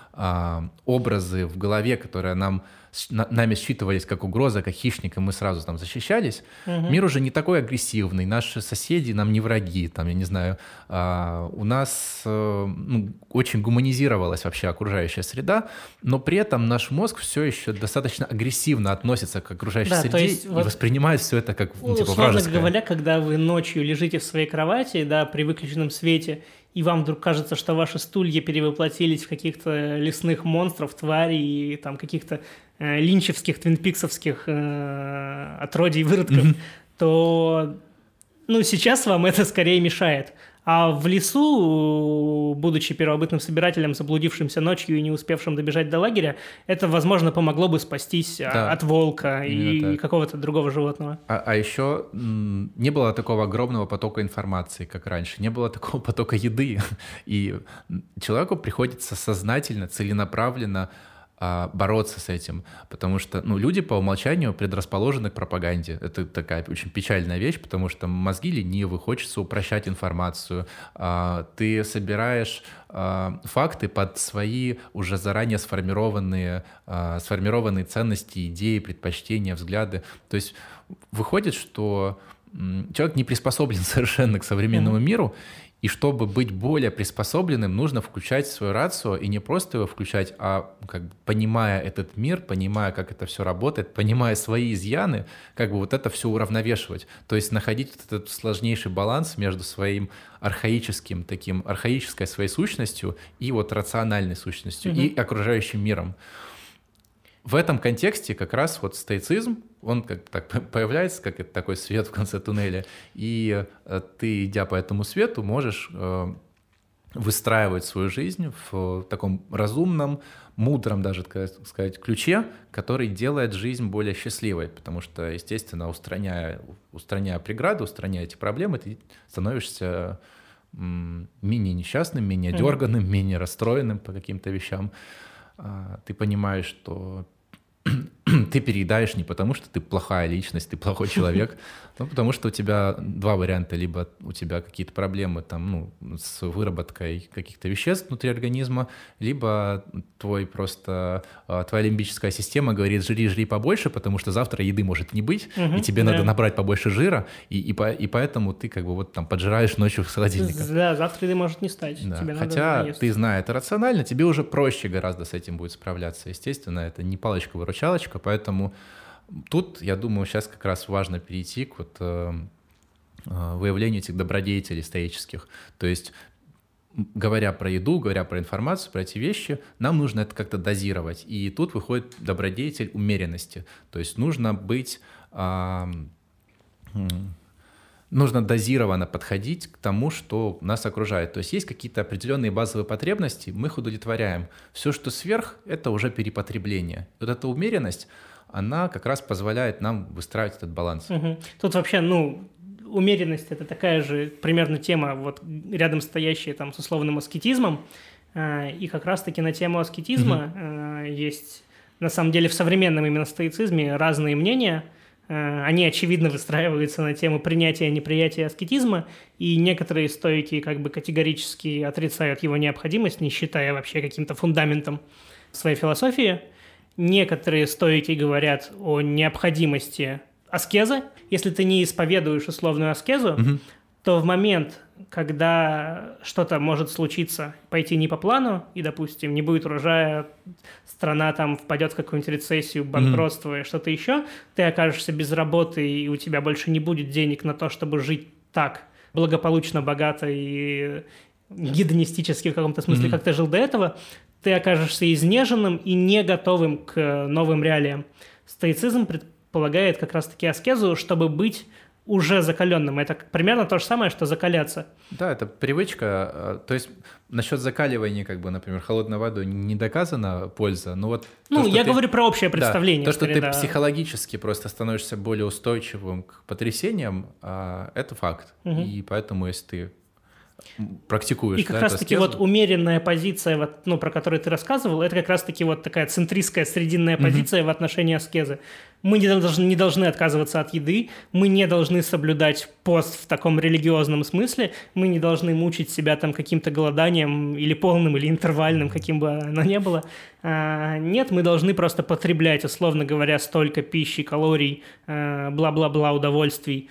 образы в голове, которые нами считывались как угроза, как хищник, и мы сразу там защищались. Мир уже не такой агрессивный, наши соседи нам не враги, там, я не знаю, у нас очень гуманизировалась вообще окружающая среда, но при этом наш мозг все еще достаточно агрессивно относится к окружающей среде и воспринимает все это как вражеское. Условно говоря, когда вы ночью лежите в своей кровати, да, при выключенном свете, и вам вдруг кажется, что ваши стулья перевоплотились в каких-то лесных монстров, тварей и там каких-то линчевских, твинпиксовских отродий, выродков, то сейчас вам это скорее мешает. А в лесу, будучи первобытным собирателем, заблудившимся ночью и не успевшим добежать до лагеря, это, возможно, помогло бы спастись от волка и какого-то другого животного. А еще не было такого огромного потока информации, как раньше, не было такого потока еды. И человеку приходится сознательно, целенаправленно бороться с этим, потому что, ну, люди по умолчанию предрасположены к пропаганде. Это такая очень печальная вещь, потому что мозги ленивы, хочется упрощать информацию. Ты собираешь факты под свои уже заранее сформированные ценности, идеи, предпочтения, взгляды. То есть выходит, что человек не приспособлен совершенно к современному миру, и чтобы быть более приспособленным, нужно включать свою рацио, и не просто его включать, а как бы понимая этот мир, понимая, как это все работает, понимая свои изъяны, как бы вот это все уравновешивать. То есть находить вот этот сложнейший баланс между своим архаической своей сущностью и вот рациональной сущностью, и окружающим миром. В этом контексте как раз вот стоицизм, он как так появляется, как это такой свет в конце туннеля, и ты, идя по этому свету, можешь выстраивать свою жизнь в таком разумном, мудром даже, так сказать, ключе, который делает жизнь более счастливой, потому что, естественно, устраняя преграды, устраняя эти проблемы, ты становишься менее несчастным, менее дерганым, менее расстроенным по каким-то вещам. Ты понимаешь, что ты переедаешь не потому, что ты плохая личность, ты плохой человек, но потому что у тебя два варианта. Либо у тебя какие-то проблемы там, ну, с выработкой каких-то веществ внутри организма, либо твоя лимбическая система говорит: жри побольше, потому что завтра еды может не быть, и тебе надо набрать побольше жира, и поэтому ты как бы вот там поджираешь ночью в холодильнике. Да, завтра еды может не стать. Да. Тебе Хотя надо ты, зная это рационально, тебе уже проще гораздо с этим будет справляться. Естественно, это не палочка-выручалочка, поэтому тут, я думаю, сейчас как раз важно перейти к вот выявлению этих добродетелей стоических. То есть, говоря про еду, говоря про информацию, про эти вещи, нам нужно это как-то дозировать. И тут выходит добродетель умеренности. То есть нужно быть... Нужно дозированно подходить к тому, что нас окружает. То есть есть какие-то определенные базовые потребности, мы их удовлетворяем. Все, что сверх, это уже перепотребление. Вот эта умеренность, она как раз позволяет нам выстраивать этот баланс. Тут вообще, умеренность – это такая же примерно тема, вот рядом стоящая там с условным аскетизмом. И как раз-таки на тему аскетизма есть, на самом деле, в современном именно стоицизме разные мнения. Они, очевидно, выстраиваются на тему принятия и неприятия аскетизма, и некоторые стоики как бы категорически отрицают его необходимость, не считая вообще каким-то фундаментом своей философии. Некоторые стоики говорят о необходимости аскезы. Если ты не исповедуешь условную аскезу, то в момент, когда что-то может случиться, пойти не по плану, и, допустим, не будет урожая, страна там впадет в какую-нибудь рецессию, банкротство и что-то еще, ты окажешься без работы, и у тебя больше не будет денег на то, чтобы жить так благополучно, богато и гедонистически в каком-то смысле, как ты жил до этого, ты окажешься изнеженным и не готовым к новым реалиям. Стоицизм предполагает как раз-таки аскезу, чтобы быть уже закаленным. Это примерно то же самое, что закаляться. Да, это привычка. То есть насчет закаливания, как бы, например, холодной водой не доказана польза. Но вот говорю про общее представление. Да, то, что ты психологически просто становишься более устойчивым к потрясениям, это факт. И поэтому, если ты практикуешь. И как раз-таки вот умеренная позиция, про которую ты рассказывал, это как раз-таки вот такая центристская срединная позиция в отношении аскезы. Мы не должны отказываться от еды, мы не должны соблюдать пост в таком религиозном смысле, мы не должны мучить себя там каким-то голоданием или полным, или интервальным, каким бы оно ни было. Нет, мы должны просто потреблять, условно говоря, столько пищи, калорий, бла-бла-бла, удовольствий,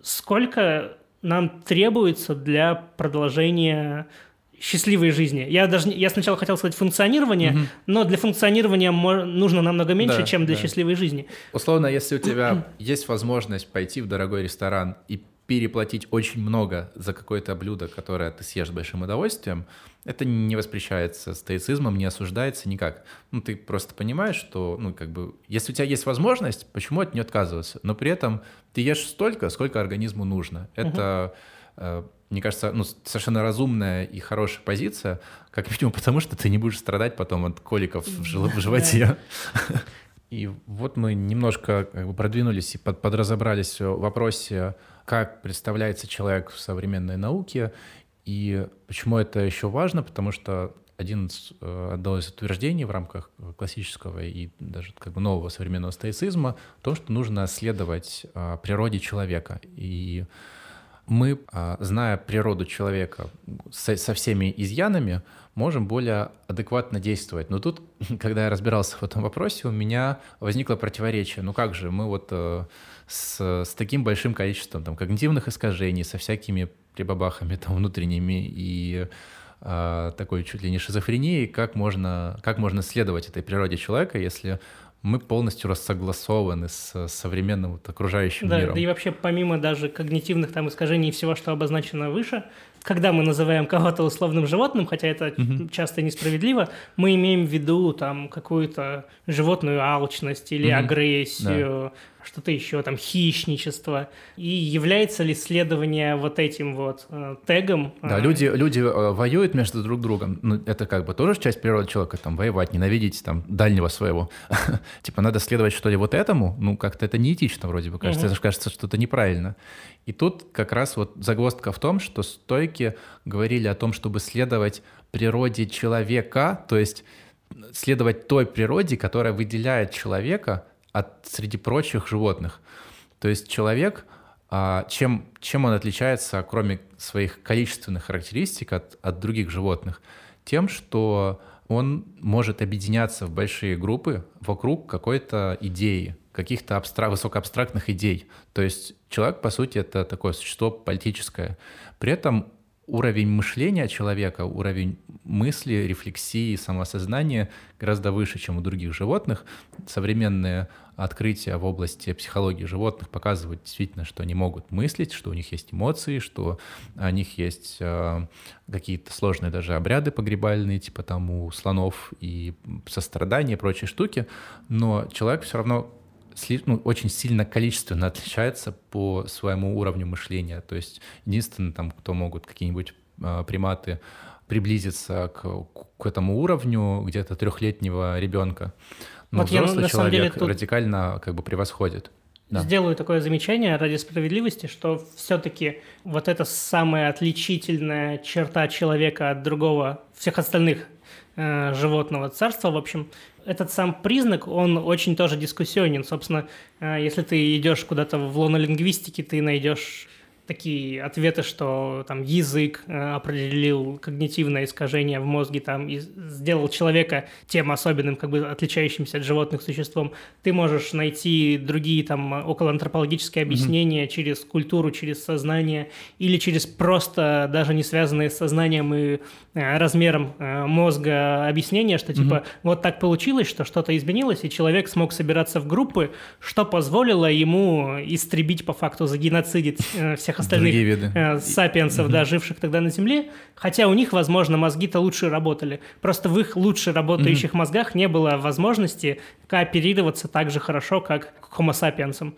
сколько нам требуется для продолжения счастливой жизни. Я сначала хотел сказать функционирование, но для функционирования нужно намного меньше, чем для счастливой жизни. Условно, если у тебя есть возможность пойти в дорогой ресторан и переплатить очень много за какое-то блюдо, которое ты съешь с большим удовольствием, это не воспрещается стоицизмом, не осуждается никак. Ты просто понимаешь, что, если у тебя есть возможность, почему от нее отказываться? Но при этом ты ешь столько, сколько организму нужно. Это, мне кажется, совершенно разумная и хорошая позиция, как минимум потому, что ты не будешь страдать потом от коликов в животе. И вот мы немножко продвинулись и подразобрались в вопросе, как представляется человек в современной науке, и почему это еще важно, потому что одно из утверждений в рамках классического и даже как бы нового современного стоицизма в том, что нужно следовать природе человека. И мы, зная природу человека со всеми изъянами, можем более адекватно действовать. Но тут, когда я разбирался в этом вопросе, у меня возникло противоречие. Ну как же, мы вот с таким большим количеством там, когнитивных искажений, со всякими прибабахами там, внутренними и такой чуть ли не шизофренией, как можно следовать этой природе человека, если мы полностью рассогласованы с современным вот окружающим миром. Да, и вообще помимо даже когнитивных там искажений и всего, что обозначено выше, когда мы называем кого-то условным животным, хотя это часто несправедливо, мы имеем в виду там какую-то животную алчность или агрессию, что-то еще, там, хищничество. И является ли следование вот этим вот тегом? Да, люди воюют между друг другом. Ну, это как бы тоже часть природы человека, там, воевать, ненавидеть там дальнего своего. Типа, надо следовать, что ли, вот этому? Ну, как-то это неэтично вроде бы, кажется. Это же кажется, что это неправильно. И тут как раз вот загвоздка в том, что стойки говорили о том, чтобы следовать природе человека, то есть следовать той природе, которая выделяет человека среди прочих животных. То есть человек, чем он отличается, кроме своих количественных характеристик от других животных? Тем, что он может объединяться в большие группы вокруг какой-то идеи, каких-то высокоабстрактных идей. То есть человек, по сути, это такое существо политическое. При этом уровень мышления человека, уровень мысли, рефлексии, самоосознания гораздо выше, чем у других животных. Современные открытия в области психологии животных показывают действительно, что они могут мыслить, что у них есть эмоции, что у них есть какие-то сложные даже обряды погребальные, типа там у слонов и сострадания и прочие штуки. Но человек все равно очень сильно количественно отличается по своему уровню мышления. То есть единственное, там, кто могут какие-нибудь приматы приблизиться к этому уровню где-то 3-летнего ребенка. Но вот взрослый человек радикально как бы превосходит. Да. Сделаю такое замечание ради справедливости, что все-таки вот эта самая отличительная черта человека от другого, всех остальных животного царства, в общем, этот сам признак, он очень тоже дискуссионен. Собственно, если ты идешь куда-то в лоно лингвистики, ты найдешь такие ответы, что там язык определил когнитивное искажение в мозге там, и сделал человека тем особенным, как бы отличающимся от животных существом. Ты можешь найти другие там околоантропологические объяснения через культуру, через сознание или через просто даже не связанные с сознанием и размером мозга объяснения, что типа вот так получилось, что что-то изменилось, и человек смог собираться в группы, что позволило ему истребить по факту, загеноцидить всех остальных сапиенсов, да, живших тогда на Земле, хотя у них, возможно, мозги-то лучше работали. Просто в их лучше работающих мозгах не было возможности кооперироваться так же хорошо, как к Homo sapiens'ам.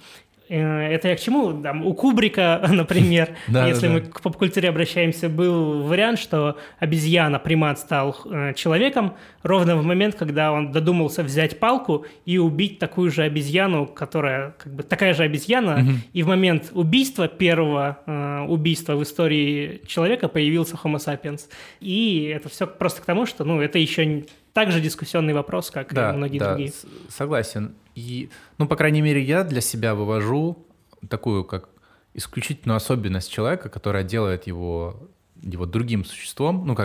Это я к чему? Там, у Кубрика, например, если мы к поп-культуре обращаемся, был вариант, что обезьяна, примат, стал человеком ровно в момент, когда он додумался взять палку и убить такую же обезьяну, которая как бы такая же обезьяна, и в момент убийства, первого убийства в истории человека, появился Homo sapiens. И это все просто к тому, что это еще также дискуссионный вопрос, как и многие другие. Согласен. И, по крайней мере, я для себя вывожу такую, как исключительную особенность человека, которая делает его другим существом,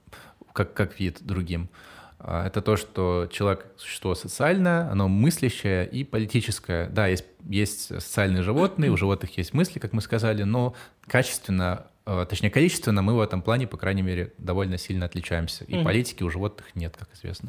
как вид другим. Это то, что человек – существо социальное, оно мыслящее и политическое. Да, есть социальные животные, у животных есть мысли, как мы сказали, но количественно мы в этом плане, по крайней мере, довольно сильно отличаемся. И политики у животных нет, как известно.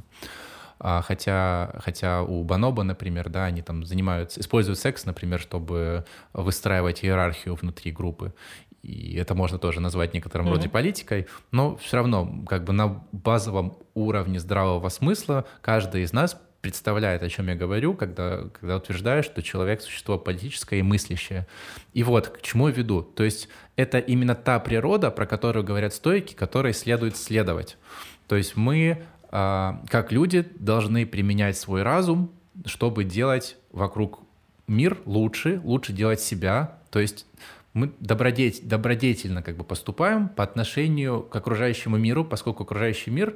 Хотя у бонобо, например, да, они там используют секс, например, чтобы выстраивать иерархию внутри группы. И это можно тоже назвать некоторым роде политикой, но все равно как бы на базовом уровне здравого смысла каждый из нас представляет, о чем я говорю, когда утверждаю, что человек – существо политическое и мыслящее. И вот к чему я веду. То есть это именно та природа, про которую говорят стойки, которой следует следовать. То есть мы, как люди, должны применять свой разум, чтобы делать вокруг мир лучше делать себя. То есть мы добродетельно как бы поступаем по отношению к окружающему миру, поскольку окружающий мир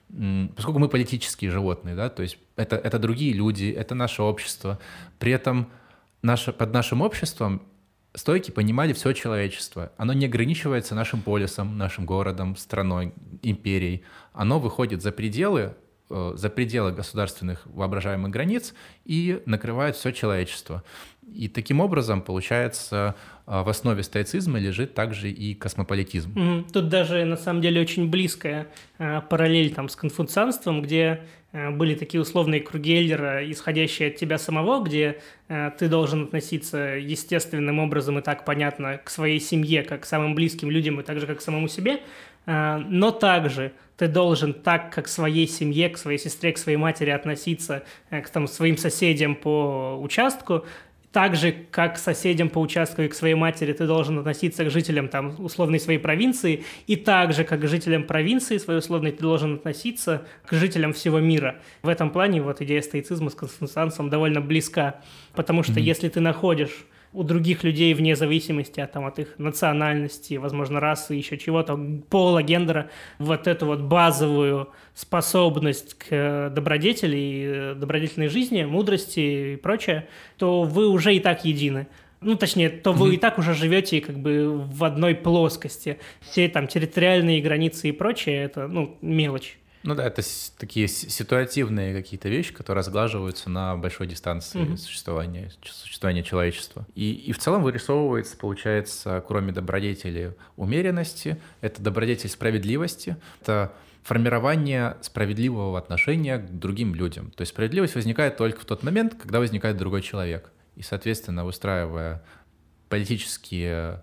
поскольку мы политические животные, да, то есть это другие люди, это наше общество, при этом под нашим обществом стойки понимали все человечество. Оно не ограничивается нашим полисом, нашим городом, страной, империей. Оно выходит за пределы государственных воображаемых границ и накрывает все человечество. И таким образом, получается, в основе стоицизма лежит также и космополитизм. Тут даже, на самом деле, очень близкая параллель с конфуцианством, где были такие условные круги Эйлера, исходящие от тебя самого, где ты должен относиться естественным образом и так понятно к своей семье, как к самым близким людям и так же, как к самому себе, но также ты должен так, как к своей семье, к своей сестре, к своей матери относиться к своим соседям по участку, так же, как к соседям по участку и к своей матери ты должен относиться к жителям условной своей провинции, и так же, как к жителям провинции своей условной, ты должен относиться к жителям всего мира. В этом плане идея стоицизма с конфуцианством довольно близка, потому что если ты находишь у других людей вне зависимости от их национальности, возможно, расы, еще чего-то, пола, гендера, эту базовую способность к добродетельной жизни, мудрости и прочее, то вы уже и так едины. То вы и так уже живете в одной плоскости. Все территориальные границы и прочее – это мелочь. Это такие ситуативные какие-то вещи, которые разглаживаются на большой дистанции существования человечества. И в целом вырисовывается, получается, кроме добродетели умеренности, это добродетель справедливости, это формирование справедливого отношения к другим людям. То есть справедливость возникает только в тот момент, когда возникает другой человек. И, соответственно, выстраивая политические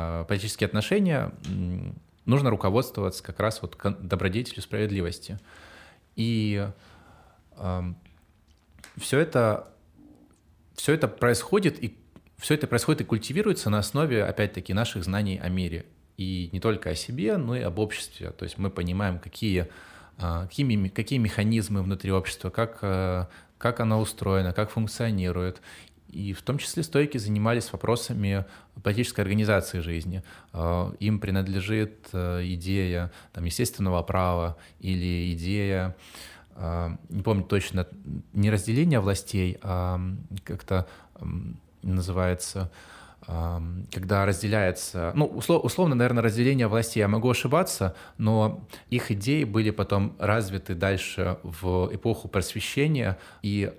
отношения, нужно руководствоваться как раз добродетелью справедливости. И все это происходит и культивируется на основе, опять-таки, наших знаний о мире. И не только о себе, но и об обществе. То есть мы понимаем, какие механизмы внутри общества, как оно устроено, как функционирует. И в том числе стойки занимались вопросами политической организации жизни. Им принадлежит идея естественного права или идея, не помню точно, не разделения властей, а как-то называется, когда разделяется, условно, наверное, разделение властей, я могу ошибаться, но их идеи были потом развиты дальше в эпоху Просвещения, и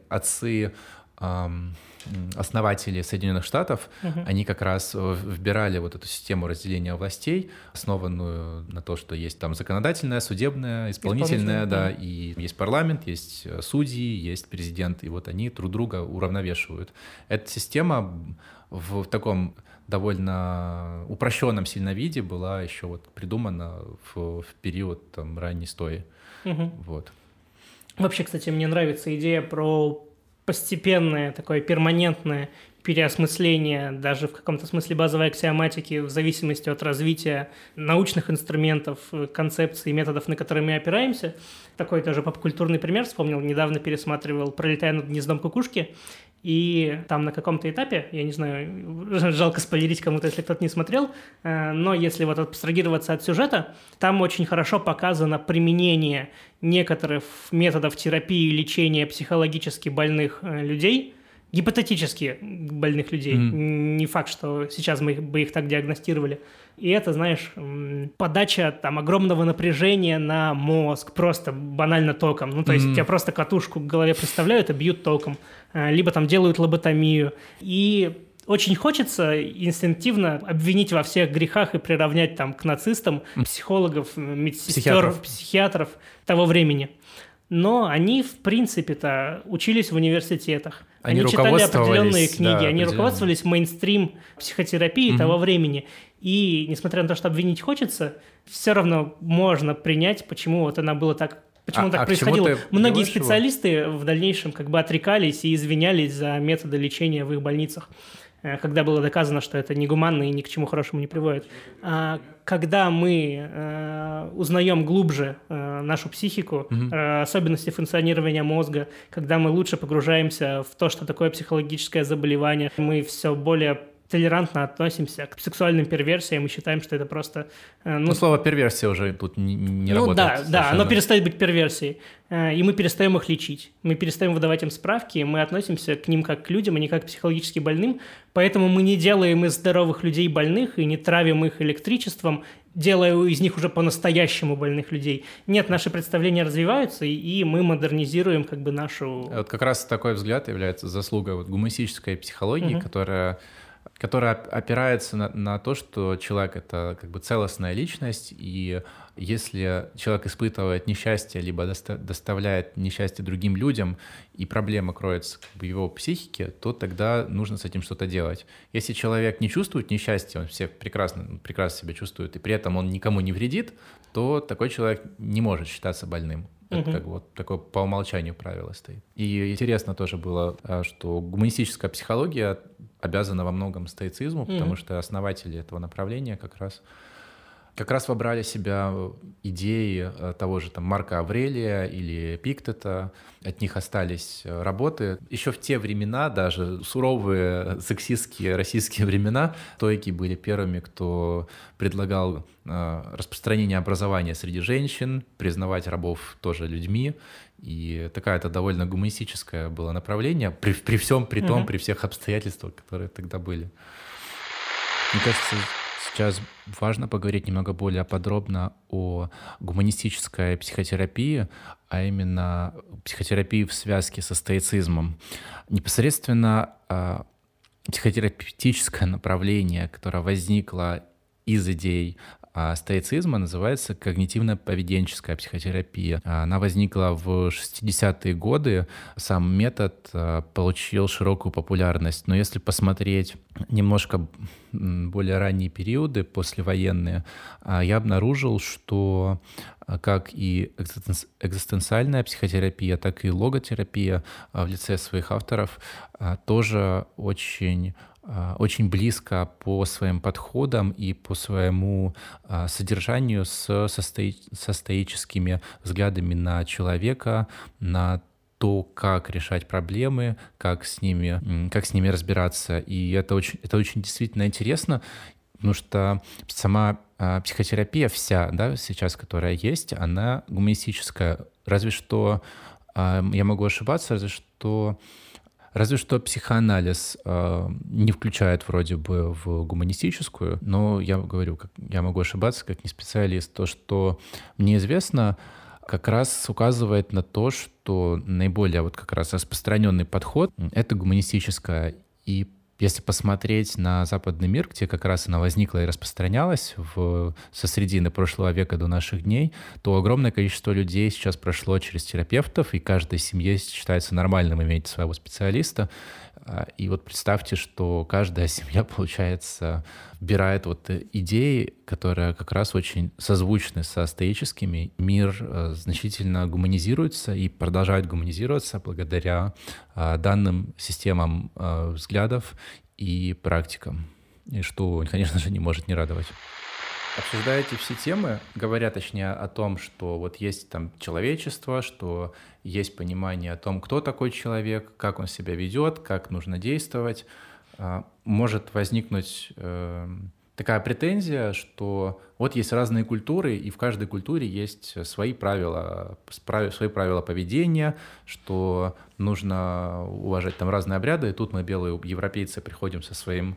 основатели Соединенных Штатов, они как раз вбирали эту систему разделения властей, основанную на то, что есть законодательная, судебная, исполнительная, да, и есть парламент, есть судьи, есть президент, и они друг друга уравновешивают. Эта система в таком довольно упрощенном сильно виде была еще придумана в период ранней стои. Вообще, кстати, мне нравится идея про постепенное, такое перманентное переосмысление, даже в каком-то смысле базовой аксиоматики, в зависимости от развития научных инструментов, концепций, методов, на которые мы опираемся. Такой тоже попкультурный пример вспомнил. Недавно пересматривал «Пролетая над гнездом кукушки», и там на каком-то этапе, я не знаю, жалко спойлерить кому-то, если кто-то не смотрел, но если абстрагироваться от сюжета, там очень хорошо показано применение некоторых методов терапии и лечения психологически больных людей, гипотетически больных людей. Не факт, что сейчас мы бы их так диагностировали. И это, знаешь, подача огромного напряжения на мозг, просто банально током. То есть у тебя просто катушку к голове представляют и бьют током. Либо делают лоботомию. И очень хочется инстинктивно обвинить во всех грехах и приравнять к нацистам психологов, медсестер, психиатров того времени. Но они, в принципе-то, учились в университетах. Они читали определенные книги, они руководствовались мейнстрим психотерапии того времени. И, несмотря на то, что обвинить хочется, все равно можно принять, почему она была так, почему так происходило. Многие специалисты в дальнейшем отрекались и извинялись за методы лечения в их больницах, когда было доказано, что это негуманно и ни к чему хорошему не приводит. Когда мы узнаем глубже нашу психику, особенности функционирования мозга, когда мы лучше погружаемся в то, что такое психологическое заболевание, мы все более толерантно относимся к сексуальным перверсиям и считаем, что это просто... слово «перверсия» уже тут не работает. Да, совершенно. оно перестает быть перверсией. И мы перестаем их лечить. Мы перестаем выдавать им справки, мы относимся к ним как к людям, а не как к психологически больным. Поэтому мы не делаем из здоровых людей больных и не травим их электричеством, делая из них уже по-настоящему больных людей. Нет, наши представления развиваются, и мы модернизируем как бы нашу... Вот как раз такой взгляд является заслугой гуманистической психологии, которая опирается на то, что человек — это как бы целостная личность, и если человек испытывает несчастье, либо доставляет несчастье другим людям, и проблема кроется как бы в его психике, то тогда нужно с этим что-то делать. Если человек не чувствует несчастья, он все прекрасно себя чувствует, и при этом он никому не вредит, то такой человек не может считаться больным. Это как бы вот такое по умолчанию правило стоит. И интересно тоже было, что гуманистическая психология обязана во многом стоицизму, потому что основатели этого направления как раз вобрали в себя идеи того же там Марка Аврелия или Эпиктета. От них остались работы. Еще в те времена, даже суровые сексистские российские времена, стоики были первыми, кто предлагал распространение образования среди женщин, признавать рабов тоже людьми. И это довольно гуманистическое было направление, при всем при том, при всех обстоятельствах, которые тогда были. Мне кажется, сейчас важно поговорить немного более подробно о гуманистической психотерапии, а именно психотерапии в связке со стоицизмом. Непосредственно психотерапевтическое направление, которое возникло из идей стоицизма, называется когнитивно-поведенческая психотерапия. Она возникла в 60-е годы. Сам метод получил широкую популярность. Но если посмотреть немножко более ранние периоды, послевоенные, я обнаружил, что как и экзистенциальная психотерапия, так и логотерапия в лице своих авторов тоже очень близко по своим подходам и по своему содержанию со стоическими взглядами на человека, на то, как решать проблемы, как с ними разбираться. И это очень действительно интересно, потому что сама психотерапия вся, да, сейчас, которая есть, она гуманистическая. Разве что, я могу ошибаться, разве что психоанализ не включает вроде бы в гуманистическую, но я могу ошибаться как не специалист. То, что мне известно, как раз указывает на то, что наиболее вот как раз распространенный подход — это гуманистическая. И если посмотреть на западный мир, где как раз она возникла и распространялась со средины прошлого века до наших дней, то огромное количество людей сейчас прошло через терапевтов, и каждой семье считается нормальным иметь своего специалиста. И вот представьте, что каждая семья, получается, вбирает вот идеи, которые как раз очень созвучны со стоическими. Мир значительно гуманизируется и продолжает гуманизироваться благодаря данным системам взглядов и практикам, и что, конечно же, не может не радовать. Обсуждая эти все темы, говоря точнее о том, что вот есть там человечество, что есть понимание о том, кто такой человек, как он себя ведет, как нужно действовать, может возникнуть такая претензия, что вот есть разные культуры, и в каждой культуре есть свои правила поведения, что нужно уважать там разные обряды, и тут мы, белые европейцы, приходим со своим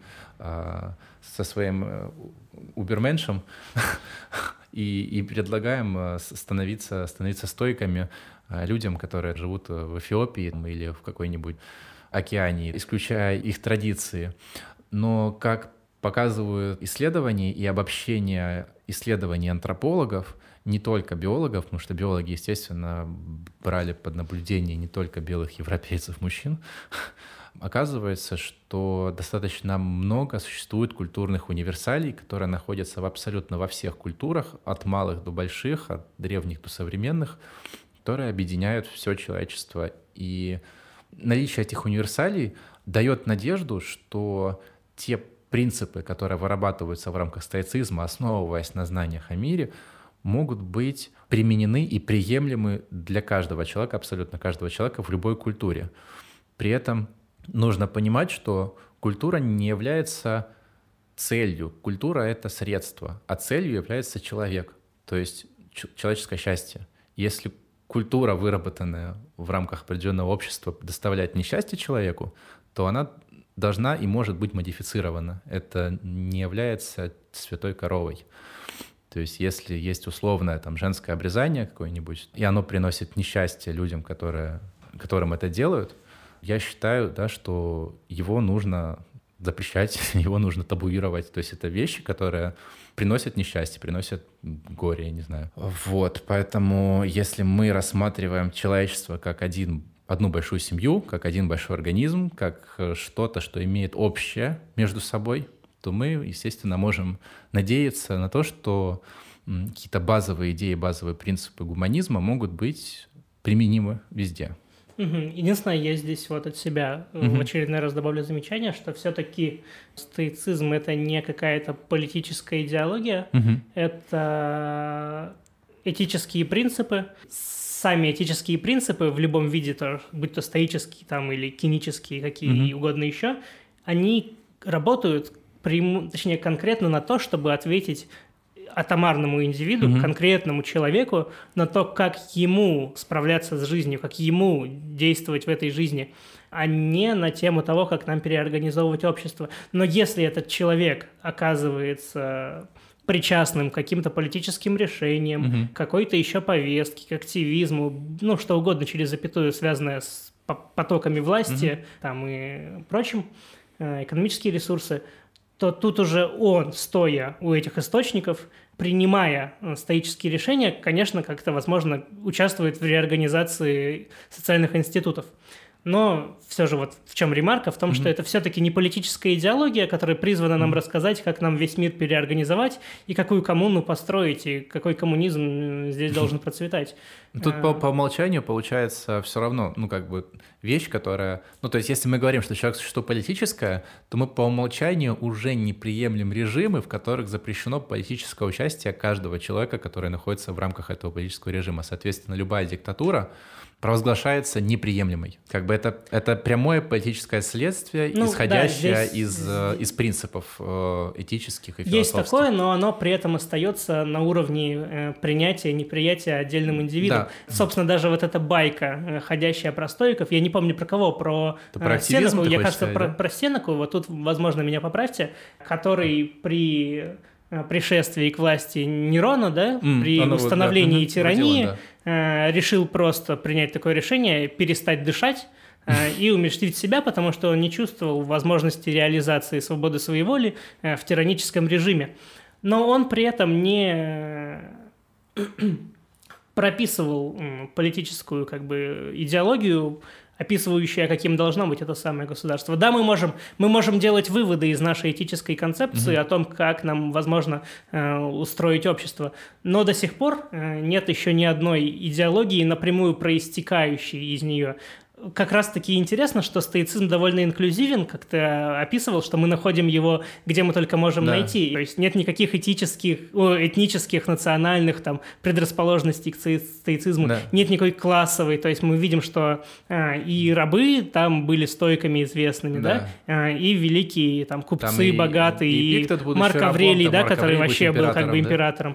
уберменшем и предлагаем становиться стойками людям, которые живут в Эфиопии или в какой-нибудь Океании, исключая их традиции. Но как показывают исследования и обобщение исследований антропологов, не только биологов, потому что биологи, естественно, брали под наблюдение не только белых европейцев, мужчин, оказывается, что достаточно много существует культурных универсалей, которые находятся абсолютно во всех культурах, от малых до больших, от древних до современных, которые объединяют все человечество. И наличие этих универсалей дает надежду, что те принципы, которые вырабатываются в рамках стоицизма, основываясь на знаниях о мире, могут быть применены и приемлемы для каждого человека, абсолютно каждого человека в любой культуре. При этом нужно понимать, что Культура не является целью. Культура — это средство, а целью является человек, то есть человеческое счастье. Если культура, выработанная в рамках определенного общества, доставляет несчастье человеку, то она должна и может быть модифицирована. Это не является святой коровой. То есть если есть условное там женское обрезание какое-нибудь, и оно приносит несчастье людям, которым это делают, я считаю, да, что его нужно запрещать, его нужно табуировать. То есть это вещи, которые приносят несчастье, приносят горе, я не знаю. Вот, поэтому если мы рассматриваем человечество как одну большую семью, как один большой организм, как что-то, что имеет общее между собой, то мы, естественно, можем надеяться на то, что какие-то базовые идеи, базовые принципы гуманизма могут быть применимы везде. Единственное, я здесь вот от себя в очередной раз добавлю замечание, что все-таки стоицизм — это не какая-то политическая идеология, это этические принципы. Сами этические принципы в любом виде, будь то стоические там, или кинические, какие угодно еще, они работают точнее, конкретно на то, чтобы ответить атомарному индивиду, конкретному человеку, на то, как ему справляться с жизнью, как ему действовать в этой жизни, а не на тему того, как нам переорганизовывать общество. Но если этот человек оказывается причастным к каким-то политическим решениям, какой-то еще повестке, к активизму, ну, что угодно через запятую, связанное с потоками власти там, и прочим, экономические ресурсы, то тут уже он, стоя у этих источников, принимая стоические решения, конечно, как-то, возможно, участвует в реорганизации социальных институтов. Но все же вот в чем ремарка? В том, что это все-таки не политическая идеология, которая призвана нам рассказать, как нам весь мир переорганизовать, и какую коммуну построить, и какой коммунизм здесь должен процветать. Тут по умолчанию получается все равно, ну, как бы вещь, которая... Ну, то есть если мы говорим, что человек существо политическое, то мы по умолчанию уже не приемлем режимы, в которых запрещено политическое участие каждого человека, который находится в рамках этого политического режима. Соответственно, любая диктатура провозглашается неприемлемой. Как бы это прямое политическое следствие, исходящее из принципов этических и философских. Есть такое, но оно при этом остается на уровне принятия, неприятия отдельным индивидом. Да. Собственно, даже вот эта байка, ходящая про стоиков, я не помню про кого, про Сенеку, я, кажется, про Сенеку, вот тут, возможно, меня поправьте, который при пришествии к власти Нерона, да, при установлении тирании, решил просто принять такое решение, перестать дышать и умерщвлять себя, потому что он не чувствовал возможности реализации свободы своей воли в тираническом режиме. Но он при этом не прописывал политическую как бы идеологию, описывающая, каким должно быть это самое государство. Да, мы можем делать выводы из нашей этической концепции о том, как нам, возможно, устроить общество, но до сих пор нет еще ни одной идеологии, напрямую проистекающей из нее. Как раз-таки интересно, что стоицизм довольно инклюзивен, как ты описывал, что мы находим его, где мы только можем найти. То есть нет никаких этнических, национальных там, предрасположенностей к стоицизму, нет никакой классовой. То есть мы видим, что и рабы там были стоиками известными, и великие там, купцы, там богатые, и Марк Аврелий, который вообще был как бы императором.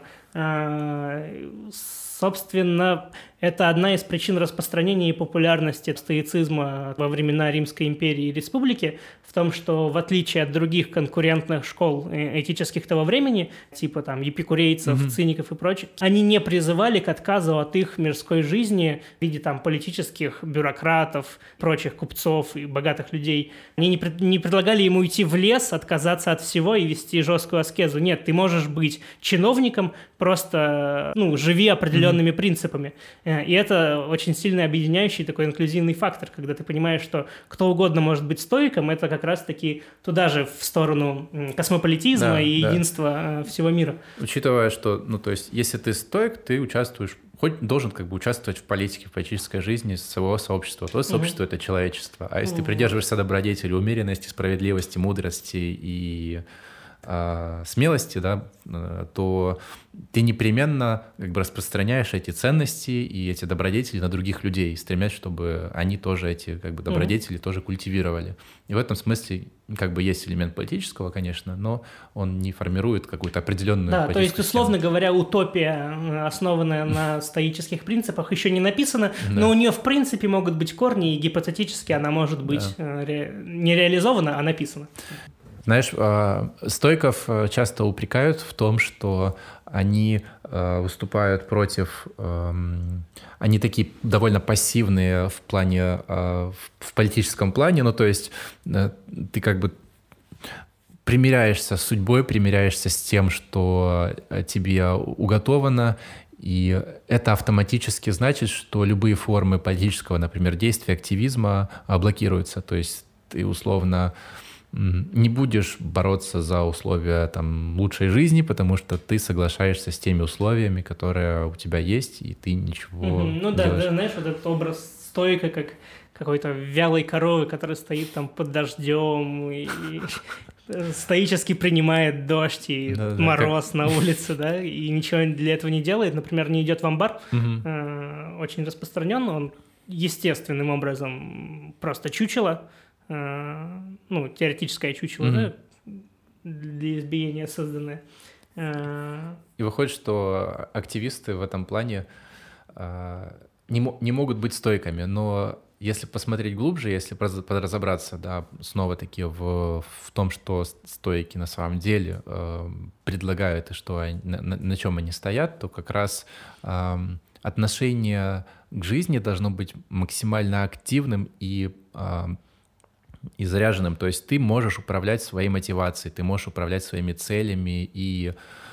Собственно, это одна из причин распространения и популярности стоицизма во времена Римской империи и республики в том, что в отличие от других конкурентных школ этических того времени, типа там эпикурейцев, циников и прочих, они не призывали к отказу от их мирской жизни в виде там политических бюрократов, прочих купцов и богатых людей. Они не предлагали ему идти в лес, отказаться от всего и вести жесткую аскезу. Нет, ты можешь быть чиновником, просто живи определенными принципами. И это очень сильно объединяющий такой инклюзивный фактор, когда ты понимаешь, что кто угодно может быть стоиком, это как раз-таки туда же в сторону космополитизма и единства всего мира. Учитывая, что, то есть, если ты стоик, ты участвуешь, должен как бы участвовать в политике, в политической жизни своего сообщества. То сообщество — это человечество. А если ты придерживаешься добродетели, умеренности, справедливости, мудрости и смелости, да, то ты непременно как бы распространяешь эти ценности и эти добродетели на других людей, стремясь, чтобы они тоже эти как бы добродетели тоже культивировали. И в этом смысле как бы есть элемент политического, конечно, но он не формирует какую-то определенную политическую то есть, условно говоря, утопия, основанная на стоических принципах, еще не написана, но у нее в принципе могут быть корни, и гипотетически она может быть не реализована, а написана. Знаешь, стоиков часто упрекают в том, что они выступают против... Они такие довольно пассивные в плане, в политическом плане, ну, то есть ты как бы примиряешься с судьбой, примиряешься с тем, что тебе уготовано, и это автоматически значит, что любые формы политического, например, действия, активизма блокируются, то есть ты условно... не будешь бороться за условия там, лучшей жизни, потому что ты соглашаешься с теми условиями, которые у тебя есть, и ты ничего Ну да, знаешь, вот этот образ стоика, как какой-то вялой коровы, которая стоит там под дождем и стоически принимает дождь и мороз на улице, да, и ничего для этого не делает, например, не идет в амбар, очень распространен, он естественным образом просто чучело, ну, теоретическое чучело, да, для избиения созданное. И выходит, что активисты в этом плане не могут быть стойками, но если посмотреть глубже, если разобраться, да, снова-таки в том, что стойки на самом деле предлагают и что на чем они стоят, то как раз отношение к жизни должно быть максимально активным и заряженным, то есть ты можешь управлять своей мотивацией, ты можешь управлять своими целями и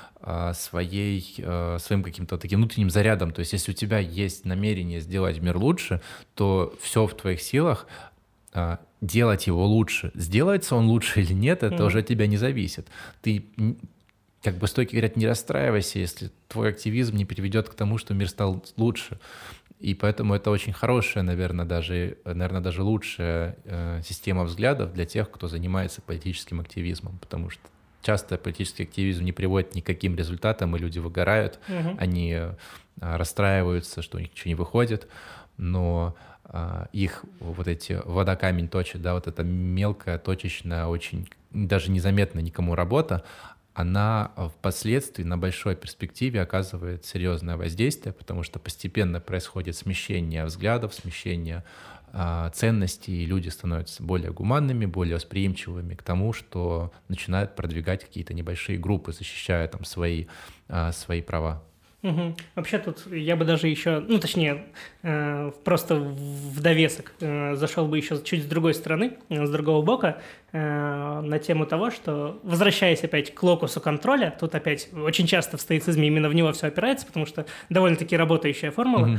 своим каким-то таким внутренним зарядом, то есть если у тебя есть намерение сделать мир лучше, то все в твоих силах делать его лучше. Сделается он лучше или нет, это уже от тебя не зависит. Ты, как бы стойки говорят, не расстраивайся, если твой активизм не приведет к тому, что мир стал лучше. И поэтому это очень хорошая, наверное, даже лучшая система взглядов для тех, кто занимается политическим активизмом, потому что часто политический активизм не приводит ни к каким результатам, и люди выгорают, они расстраиваются, что у них ничего не выходит, но их вот эти вода камень точит, да, вот эта мелкая, точечная, очень даже незаметная никому работа, она впоследствии на большой перспективе оказывает серьезное воздействие, потому что постепенно происходит смещение взглядов, смещение ценностей, и люди становятся более гуманными, более восприимчивыми к тому, что начинают продвигать какие-то небольшие группы, защищая там свои права. Вообще тут я бы даже еще, ну точнее, просто в довесок зашел бы еще чуть с другой стороны, с другого бока, на тему того, что, возвращаясь опять к локусу контроля, тут опять очень часто в стоицизме именно в него все опирается, потому что довольно-таки работающая формула,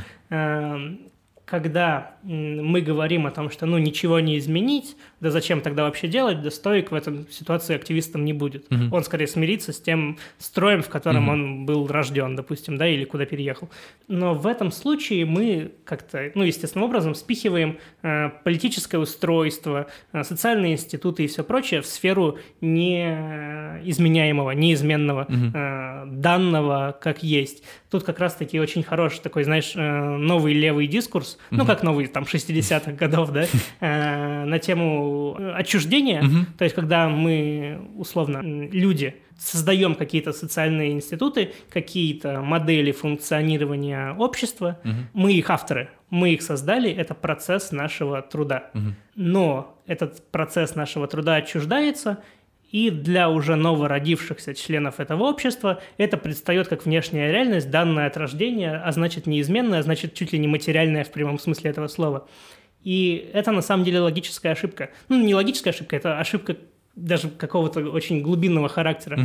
когда мы говорим о том, что ну ничего не изменить, да зачем тогда вообще делать, да стоик в этом ситуации активистом не будет. Он скорее смирится с тем строем, в котором он был рожден, допустим, да, или куда переехал. Но в этом случае мы как-то, ну, естественным образом спихиваем политическое устройство, социальные институты и все прочее в сферу неизменяемого, неизменного, данного как есть. Тут как раз-таки очень хороший такой, знаешь, новый левый дискурс, ну, как новый, там, 60-х годов, да, на тему отчуждения, то есть когда мы, условно, люди, создаем какие-то социальные институты, какие-то модели функционирования общества, мы их авторы, мы их создали, это процесс нашего труда. Но этот процесс нашего труда отчуждается, и для уже новородившихся членов этого общества это предстает как внешняя реальность, данная от рождения, а значит неизменная, а значит чуть ли не материальная в прямом смысле этого слова. И это на самом деле логическая ошибка. Ну, не логическая ошибка, это ошибка даже какого-то очень глубинного характера.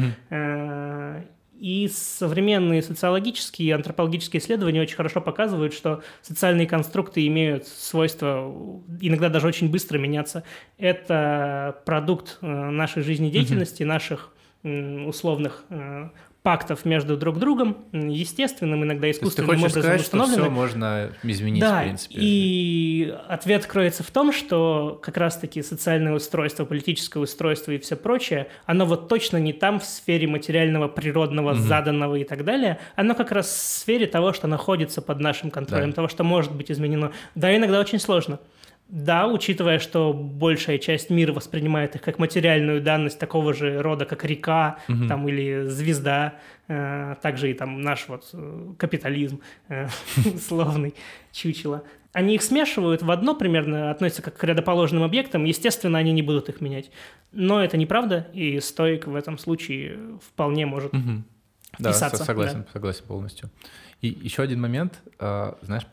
И современные социологические и антропологические исследования очень хорошо показывают, что социальные конструкты имеют свойство иногда даже очень быстро меняться. Это продукт нашей жизнедеятельности, наших условных пактов между друг другом, естественным, иногда искусственным образом сказать, установлены. Что все можно изменить, да, в принципе. И ответ кроется в том, что как раз-таки социальное устройство, политическое устройство и все прочее, оно вот точно не там в сфере материального, природного, заданного и так далее. Оно как раз в сфере того, что находится под нашим контролем, того, что может быть изменено. Да, иногда очень сложно. Да, учитывая, что большая часть мира воспринимает их как материальную данность такого же рода, как река там, или звезда, также и там наш вот капитализм словный, чучело. Они их смешивают в одно примерно, относятся как к рядоположным объектам, естественно, они не будут их менять. Но это неправда, и стоик в этом случае вполне может вписаться. Да, согласен полностью. И еще один момент, знаешь,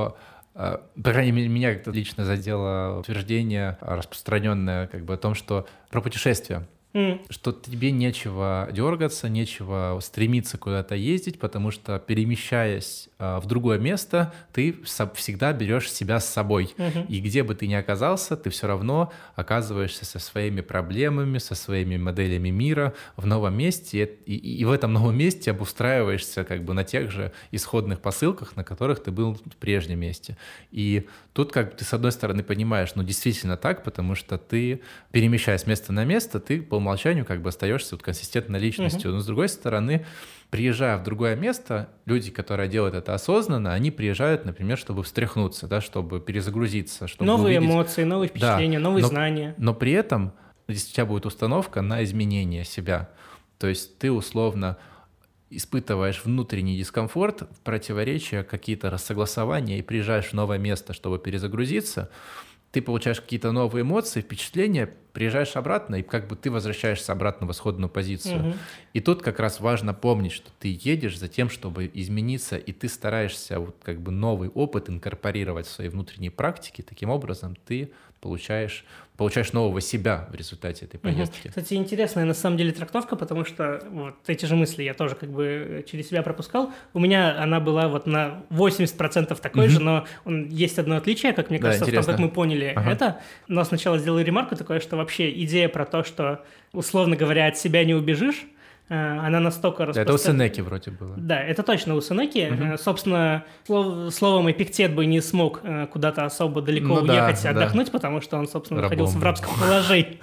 по крайней мере, меня как-то лично задело утверждение распространенное как бы о том, что про путешествия. Что тебе нечего дергаться, нечего стремиться куда-то ездить, потому что, перемещаясь в другое место, ты всегда берешь себя с собой. И где бы ты ни оказался, ты все равно оказываешься со своими проблемами, со своими моделями мира в новом месте, и в этом новом месте обустраиваешься как бы на тех же исходных посылках, на которых ты был в прежнем месте. И тут как бы ты, с одной стороны, понимаешь, ну, действительно так, потому что ты, перемещаясь с места на место, ты по умолчанию как бы остаешься вот консистентной личностью. Но с другой стороны, приезжая в другое место, люди, которые делают это осознанно, они приезжают, например, чтобы встряхнуться, да, чтобы перезагрузиться, чтобы новые увидеть... эмоции, новые впечатления, новые знания. Но при этом здесь у тебя будет установка на изменение себя. То есть ты условно испытываешь внутренний дискомфорт, противоречия, какие-то рассогласования, и приезжаешь в новое место, чтобы перезагрузиться, ты получаешь какие-то новые эмоции, впечатления, приезжаешь обратно, и как бы ты возвращаешься обратно в исходную позицию. И тут как раз важно помнить, что ты едешь за тем, чтобы измениться, и ты стараешься вот как бы новый опыт инкорпорировать в свои внутренние практики. Таким образом ты получаешь нового себя в результате этой поездки. Кстати, интересная на самом деле трактовка, потому что вот эти же мысли я тоже как бы через себя пропускал. У меня она была вот на 80% такой же, но есть одно отличие, как мне кажется, в том, как мы поняли это. Но сначала сделаю ремарку такое, что вообще идея про то, что, условно говоря, от себя не убежишь, она настолько распространена. Это у Сенеки вроде было. Да, это точно у Сенеки. Собственно, словом, Эпиктет бы не смог куда-то особо далеко уехать отдохнуть, потому что он, собственно, находился в рабском положении.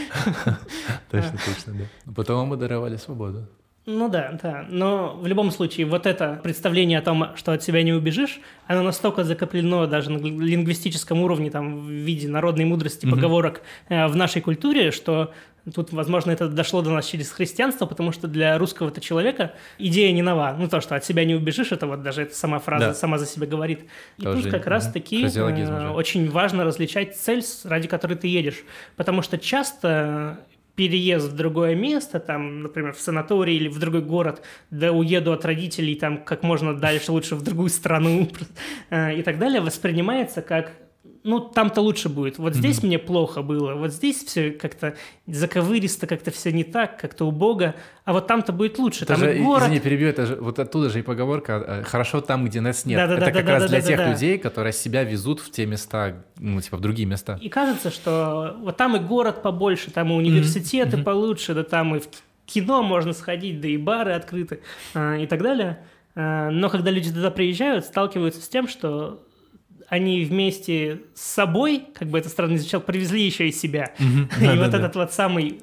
Точно, да. Потом ему даровали свободу. Ну да. Но в любом случае, вот это представление о том, что от себя не убежишь, оно настолько закреплено даже на лингвистическом уровне, там, в виде народной мудрости, поговорок в нашей культуре, что тут, возможно, это дошло до нас через христианство, потому что для русского-то человека идея не нова. Ну, то, что от себя не убежишь, это вот даже эта сама фраза сама за себя говорит. И тоже, тут как раз-таки очень важно различать цель, ради которой ты едешь. Потому что часто переезд в другое место, там, например, в санаторий или в другой город, да уеду от родителей там как можно дальше, лучше в другую страну и так далее, воспринимается как, ну, там-то лучше будет. Вот здесь мне плохо было, вот здесь все как-то заковыристо, как-то все не так, как-то убого, а вот там-то будет лучше. Это там же, и город... Извини, перебью, это же, вот оттуда же и поговорка «хорошо там, где нас нет». Это как раз для тех людей, которые себя везут в те места, ну, типа в другие места. И кажется, что вот там и город побольше, там и университеты получше, да там и в кино можно сходить, да и бары открыты и так далее. Но когда люди туда приезжают, сталкиваются с тем, что они вместе с собой, как бы это странно звучало, привезли еще и себя. И вот этот вот самый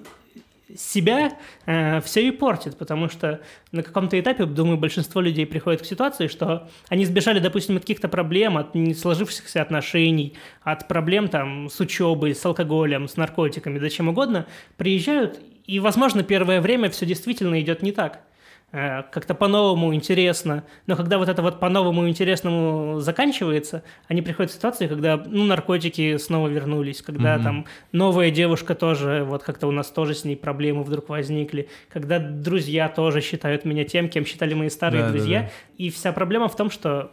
себя все и портит, потому что на каком-то этапе, думаю, большинство людей приходит к ситуации, что они сбежали, допустим, от каких-то проблем, от не сложившихся отношений, от проблем там с учебой, с алкоголем, с наркотиками, да чем угодно, приезжают, и, возможно, первое время все действительно идет не так. Как-то по-новому интересно, но когда вот это вот по-новому интересному заканчивается, они приходят в ситуацию, когда, ну, наркотики снова вернулись, когда там новая девушка тоже, вот как-то у нас тоже с ней проблемы вдруг возникли, когда друзья тоже считают меня тем, кем считали мои старые друзья, и вся проблема в том, что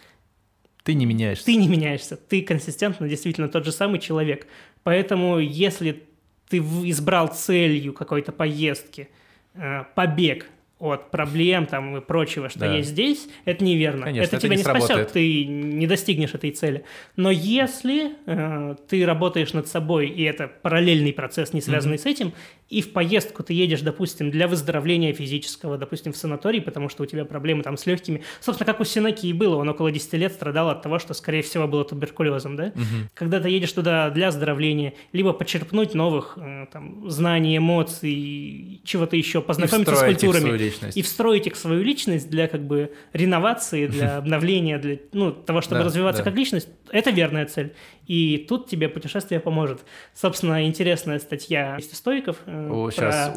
ты не меняешься. Ты не меняешься, ты консистентно действительно тот же самый человек, поэтому если ты избрал целью какой-то поездки побег от проблем там, и прочего, что Да. есть здесь, это неверно. Конечно, это это тебя не не спасет, сработает. ты не достигнешь этой цели. Но если ты работаешь над собой, и это параллельный процесс, не связанный с этим, и в поездку ты едешь, допустим, для выздоровления физического, допустим, в санаторий, потому что у тебя проблемы там с легкими. Собственно, как у Сенаки и было, он около 10 лет страдал от того, что, скорее всего, было туберкулезом, да? Когда ты едешь туда для оздоровления, либо почерпнуть новых там, знаний, эмоций, чего-то еще, познакомиться с встроить их в культурами. свою личность. И встроить их в свою личность для как бы реновации, для обновления, для того, чтобы Да, развиваться да. как личность, это верная цель. И тут тебе путешествие поможет. Собственно, интересная статья есть у стоиков. Сейчас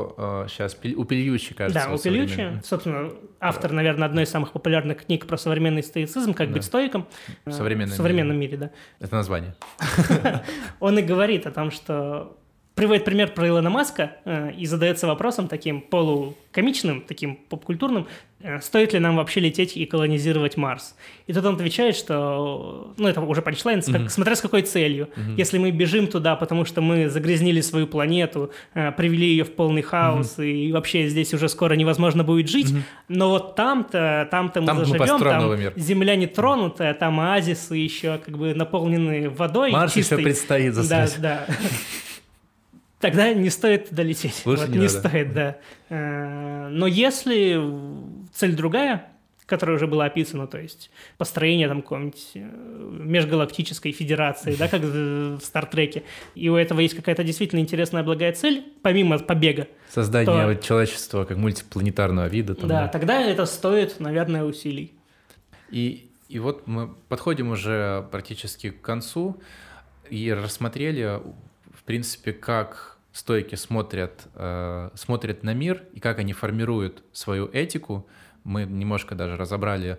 у Пильючи, кажется. Да, у Пильючи. Собственно, автор, наверное, одной из самых популярных книг про современный стоицизм, как быть стоиком. В современном В современном мире, да. Это название. Он и говорит о том, что приводит пример про Илона Маска и задается вопросом таким полукомичным, таким поп-культурным, стоит ли нам вообще лететь и колонизировать Марс. И тут он отвечает, что, это уже панчлайн, смотря с какой целью. Если мы бежим туда, потому что мы загрязнили свою планету, привели ее в полный хаос, и вообще здесь уже скоро невозможно будет жить, но вот там-то мы заживем, там земля не тронутая, там оазисы еще как бы наполнены водой. Марс чистой. еще предстоит застрять. Да. Тогда не стоит туда лететь. Лучше не не надо. стоит, да. Но если цель другая, которая уже была описана, то есть построение там какой-нибудь межгалактической федерации, да, как в Стартреке, и у этого есть какая-то действительно интересная благая цель, помимо побега. Создание человечества как мультипланетарного вида. Там, да, тогда это стоит, наверное, усилий. И вот мы подходим уже практически к концу и рассмотрели, в принципе, как стойки смотрят на мир и как они формируют свою этику. Мы немножко даже разобрали,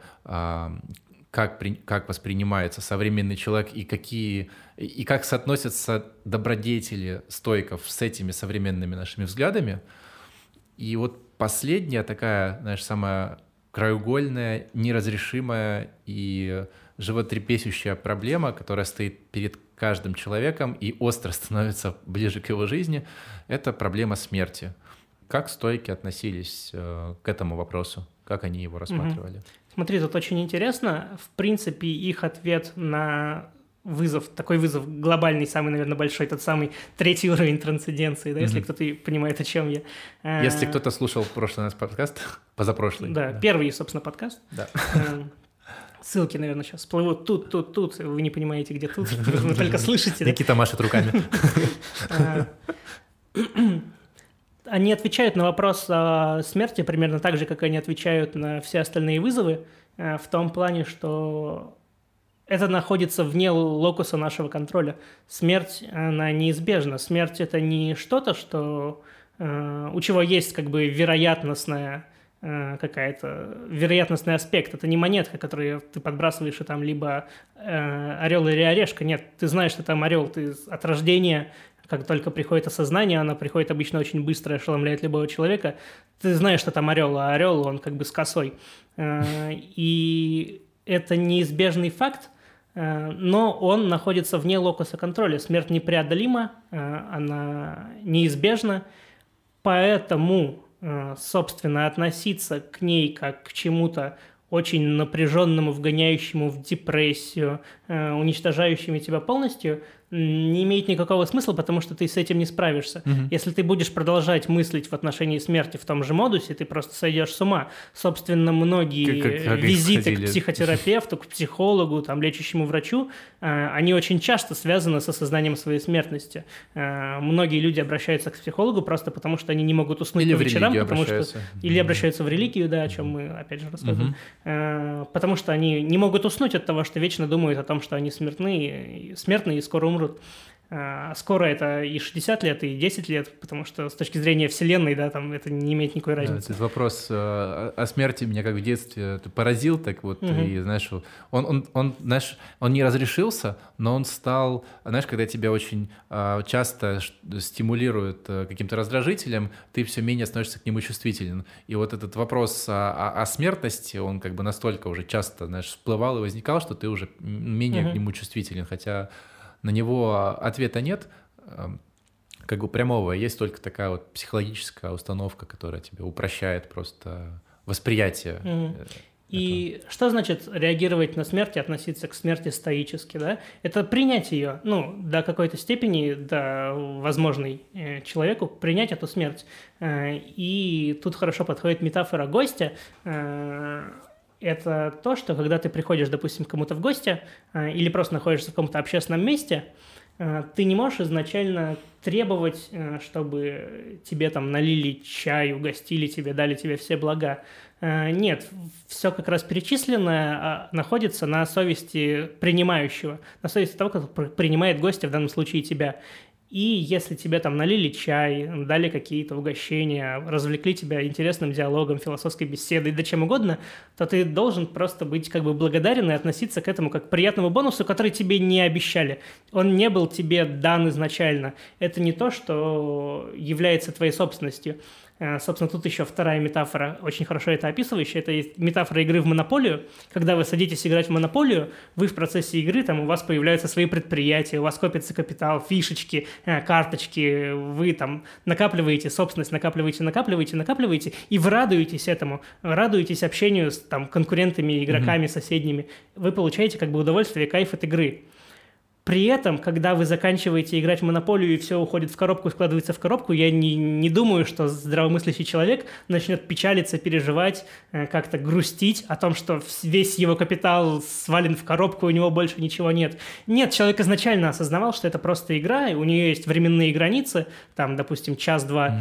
как воспринимается современный человек и как соотносятся добродетели стойков с этими современными нашими взглядами. И вот последняя такая, знаешь, самая краеугольная, неразрешимая и животрепещущая проблема, которая стоит перед каждым человеком и остро становится ближе к его жизни, это проблема смерти. Как стойки относились к этому вопросу? Как они его рассматривали? Смотри, тут очень интересно. В принципе, их ответ на вызов, такой вызов глобальный, самый, наверное, большой, тот самый третий уровень трансценденции, да, если кто-то понимает, о чем я. Если кто-то слушал прошлый наш подкаст, позапрошлый. Да, первый, собственно, подкаст. Да. Ссылки, наверное, сейчас всплывут тут. Вы не понимаете, где тут. Вы только слышите. Никита машет руками. Они отвечают на вопрос о смерти примерно так же, как они отвечают на все остальные вызовы, в том плане, что это находится вне локуса нашего контроля. Смерть, она неизбежна. Смерть – это не что-то, у чего есть как бы вероятностный аспект. Это не монетка, которую ты подбрасываешь, и там либо орел или орешка. Нет, ты знаешь, что там орел. Ты от рождения, как только приходит осознание, оно приходит обычно очень быстро, ошеломляет любого человека. Ты знаешь, что там орел, а орел, он как бы с косой. И это неизбежный факт, но он находится вне локуса контроля. Смерть непреодолима, она неизбежна, поэтому, собственно, относиться к ней как к чему-то очень напряженному, вгоняющему в депрессию, уничтожающему тебя полностью, не имеет никакого смысла, потому что ты с этим не справишься. Если ты будешь продолжать мыслить в отношении смерти в том же модусе, ты просто сойдешь с ума. Собственно, многие визиты к психотерапевту, к психологу, там, лечащему врачу, они очень часто связаны с осознанием своей смертности. Многие люди обращаются к психологу просто потому, что они не могут уснуть по вечерам, или обращаются в религию, да, о чем мы, опять же, рассказываем, потому что они не могут уснуть от того, что вечно думают о том, что они смертны и скоро умрут. Скоро это и 60 лет, и 10 лет, потому что с точки зрения Вселенной, да, там это не имеет никакой разницы. Этот вопрос о смерти меня как в детстве поразил, так вот, и, знаешь, он не разрешился, но он стал, знаешь, когда тебя очень часто стимулируют каким-то раздражителем, ты все менее становишься к нему чувствителен. И вот этот вопрос о смертности, он как бы настолько уже часто, знаешь, всплывал и возникал, что ты уже менее к нему чувствителен, хотя на него ответа нет. как бы прямого, есть только такая вот психологическая установка, которая тебе упрощает просто восприятие. И что значит реагировать на смерть и относиться к смерти стоически, да? Это принять ее, до какой-то степени, до возможной человеку, принять эту смерть. И тут хорошо подходит метафора гостя. Это то, что когда ты приходишь, допустим, к кому-то в гости или просто находишься в каком-то общественном месте, ты не можешь изначально требовать, чтобы тебе там налили чай, угостили тебе, дали тебе все блага. Нет, все как раз перечисленное находится на совести принимающего, на совести того, кто принимает гостя, в данном случае тебя. И если тебе там налили чай, дали какие-то угощения, развлекли тебя интересным диалогом, философской беседой, да чем угодно, то ты должен просто быть как бы благодарен и относиться к этому как к приятному бонусу, который тебе не обещали. Он не был тебе дан изначально. Это не то, что является твоей собственностью. Собственно, тут еще вторая метафора, очень хорошо это описывающая, это есть метафора игры в монополию. Когда вы садитесь играть в монополию, вы в процессе игры, там у вас появляются свои предприятия, у вас копится капитал, фишечки, карточки, вы там накапливаете собственность, накапливаете, и вы радуетесь этому, радуетесь общению с там, конкурентами, игроками, соседними. Вы получаете как бы удовольствие, кайф от игры. При этом, когда вы заканчиваете играть в монополию и все уходит в коробку и складывается в коробку, я не думаю, что здравомыслящий человек начнет печалиться, переживать, как-то грустить о том, что весь его капитал свален в коробку, у него больше ничего нет. Нет, человек изначально осознавал, что это просто игра, и у нее есть временные границы, там, допустим, час-два,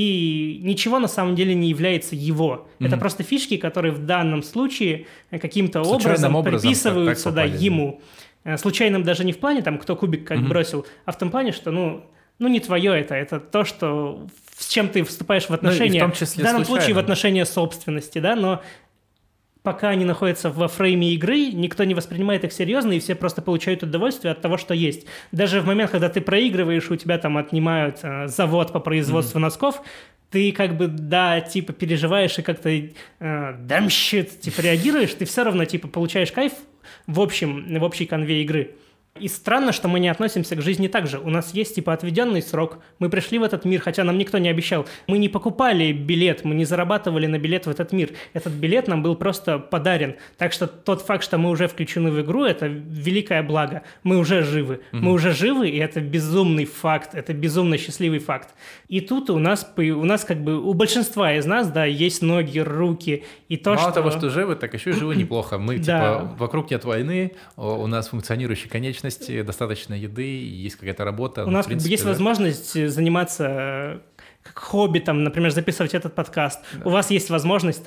и ничего на самом деле не является его. Это просто фишки, которые в данном случае каким-то образом приписываются ему. Случайным даже не в плане, там, кто кубик как бросил, а в том плане, что, не твое это то, что с чем ты вступаешь в отношения, в том числе в данном случайно. случае в отношения собственности, да, но пока они находятся во фрейме игры, никто не воспринимает их серьезно, и все просто получают удовольствие от того, что есть. Даже в момент, когда ты проигрываешь, у тебя там отнимают завод по производству носков, ты как бы, переживаешь и как-то damn shit, реагируешь, ты все равно, получаешь кайф в общей конве игры. И странно, что мы не относимся к жизни так же. У нас есть, отведенный срок. Мы пришли в этот мир, хотя нам никто не обещал. Мы не покупали билет, мы не зарабатывали на билет в этот мир. Этот билет нам был просто подарен. Так что тот факт, что мы уже включены в игру, это великое благо. Мы уже живы. Мы уже живы, и это безумный факт. Это безумно счастливый факт. И тут у нас как бы, у большинства из нас, есть ноги, руки. И то, Мало того, что живы, так еще и живы неплохо. Мы, вокруг нет войны, у нас функционирующие конечности, достаточно еды, есть какая-то работа. У нас есть возможность заниматься как хобби, например, записывать этот подкаст. Да. У вас есть возможность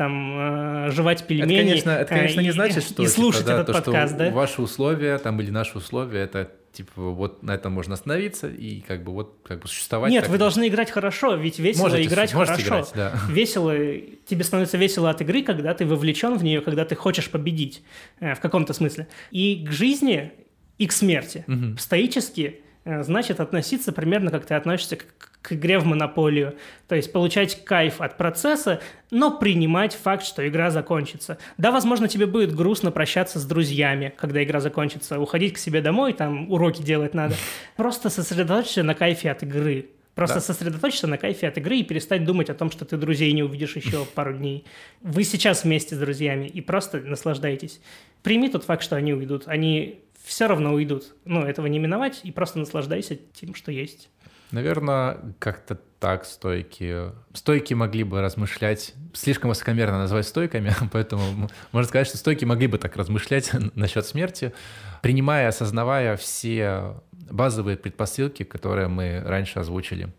жевать пельмени. Это, конечно, не значит, что и слушать этот подкаст, что ваши условия или наши условия, это вот на этом можно остановиться и существовать. Нет, вы должны играть хорошо, ведь весело играть хорошо. Играть, да. Весело, тебе становится весело от игры, когда ты вовлечен в нее, когда ты хочешь победить в каком-то смысле. И к жизни, и к смерти. Стоически значит относиться примерно как ты относишься к игре в монополию. То есть получать кайф от процесса, но принимать факт, что игра закончится. Да, возможно, тебе будет грустно прощаться с друзьями, когда игра закончится, уходить к себе домой, там уроки делать надо. Просто сосредоточься на кайфе от игры. Сосредоточься на кайфе от игры и перестать думать о том, что ты друзей не увидишь еще пару дней. Вы сейчас вместе с друзьями и просто наслаждайтесь. Прими тот факт, что они уйдут. Они все равно уйдут. Этого не миновать, и просто наслаждайся тем, что есть. Наверное, как-то так стойки. Стойки могли бы размышлять, слишком высокомерно назвать стойками, поэтому можно сказать, что стойки могли бы так размышлять насчет смерти, принимая, осознавая все базовые предпосылки, которые мы раньше озвучили.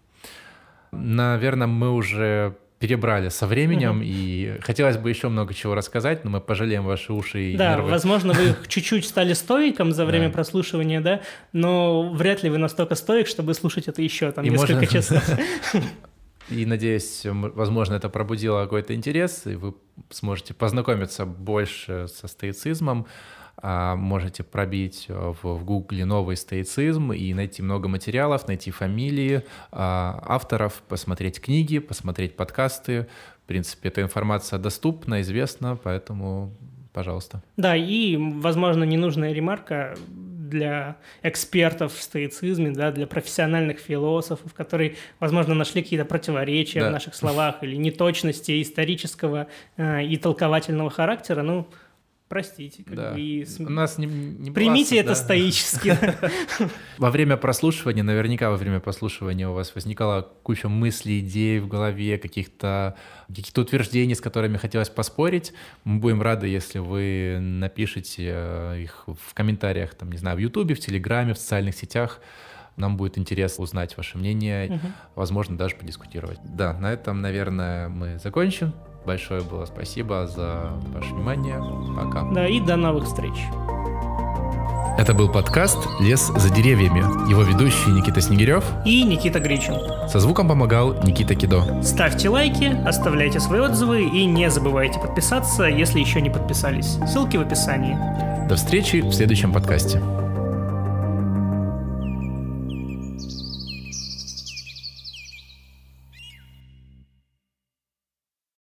Наверное, мы уже перебрали со временем, и хотелось бы еще много чего рассказать, но мы пожалеем ваши уши и нервы. Да, возможно, вы чуть-чуть стали стоиком за время прослушивания, да, но вряд ли вы настолько стоик, чтобы слушать это еще несколько часов. И, надеюсь, возможно, это пробудило какой-то интерес, и вы сможете познакомиться больше со стоицизмом, можете пробить в Гугле новый стоицизм и найти много материалов, найти фамилии авторов, посмотреть книги, посмотреть подкасты. В принципе, эта информация доступна, известна, поэтому, пожалуйста. Да, и, возможно, ненужная ремарка. для экспертов в стоицизме, да, для профессиональных философов, которые, возможно, нашли какие-то противоречия в наших словах или неточности исторического и толковательного характера, ну, простите. У нас не примите классно, это стоически. Во время прослушивания у вас возникала куча мыслей, идей в голове, каких-то утверждений, с которыми хотелось поспорить. Мы будем рады, если вы напишите их в комментариях, там, не знаю, в Ютубе, в Телеграме, в социальных сетях. Нам будет интересно узнать ваше мнение, возможно, даже подискутировать. Да, на этом, наверное, мы закончим. Большое было спасибо за ваше внимание. Пока. Да, и до новых встреч. Это был подкаст «Лес за деревьями». Его ведущие Никита Снегирев и Никита Гричин. Со звуком помогал Никита Кидо. Ставьте лайки, оставляйте свои отзывы и не забывайте подписаться, если еще не подписались. Ссылки в описании. До встречи в следующем подкасте.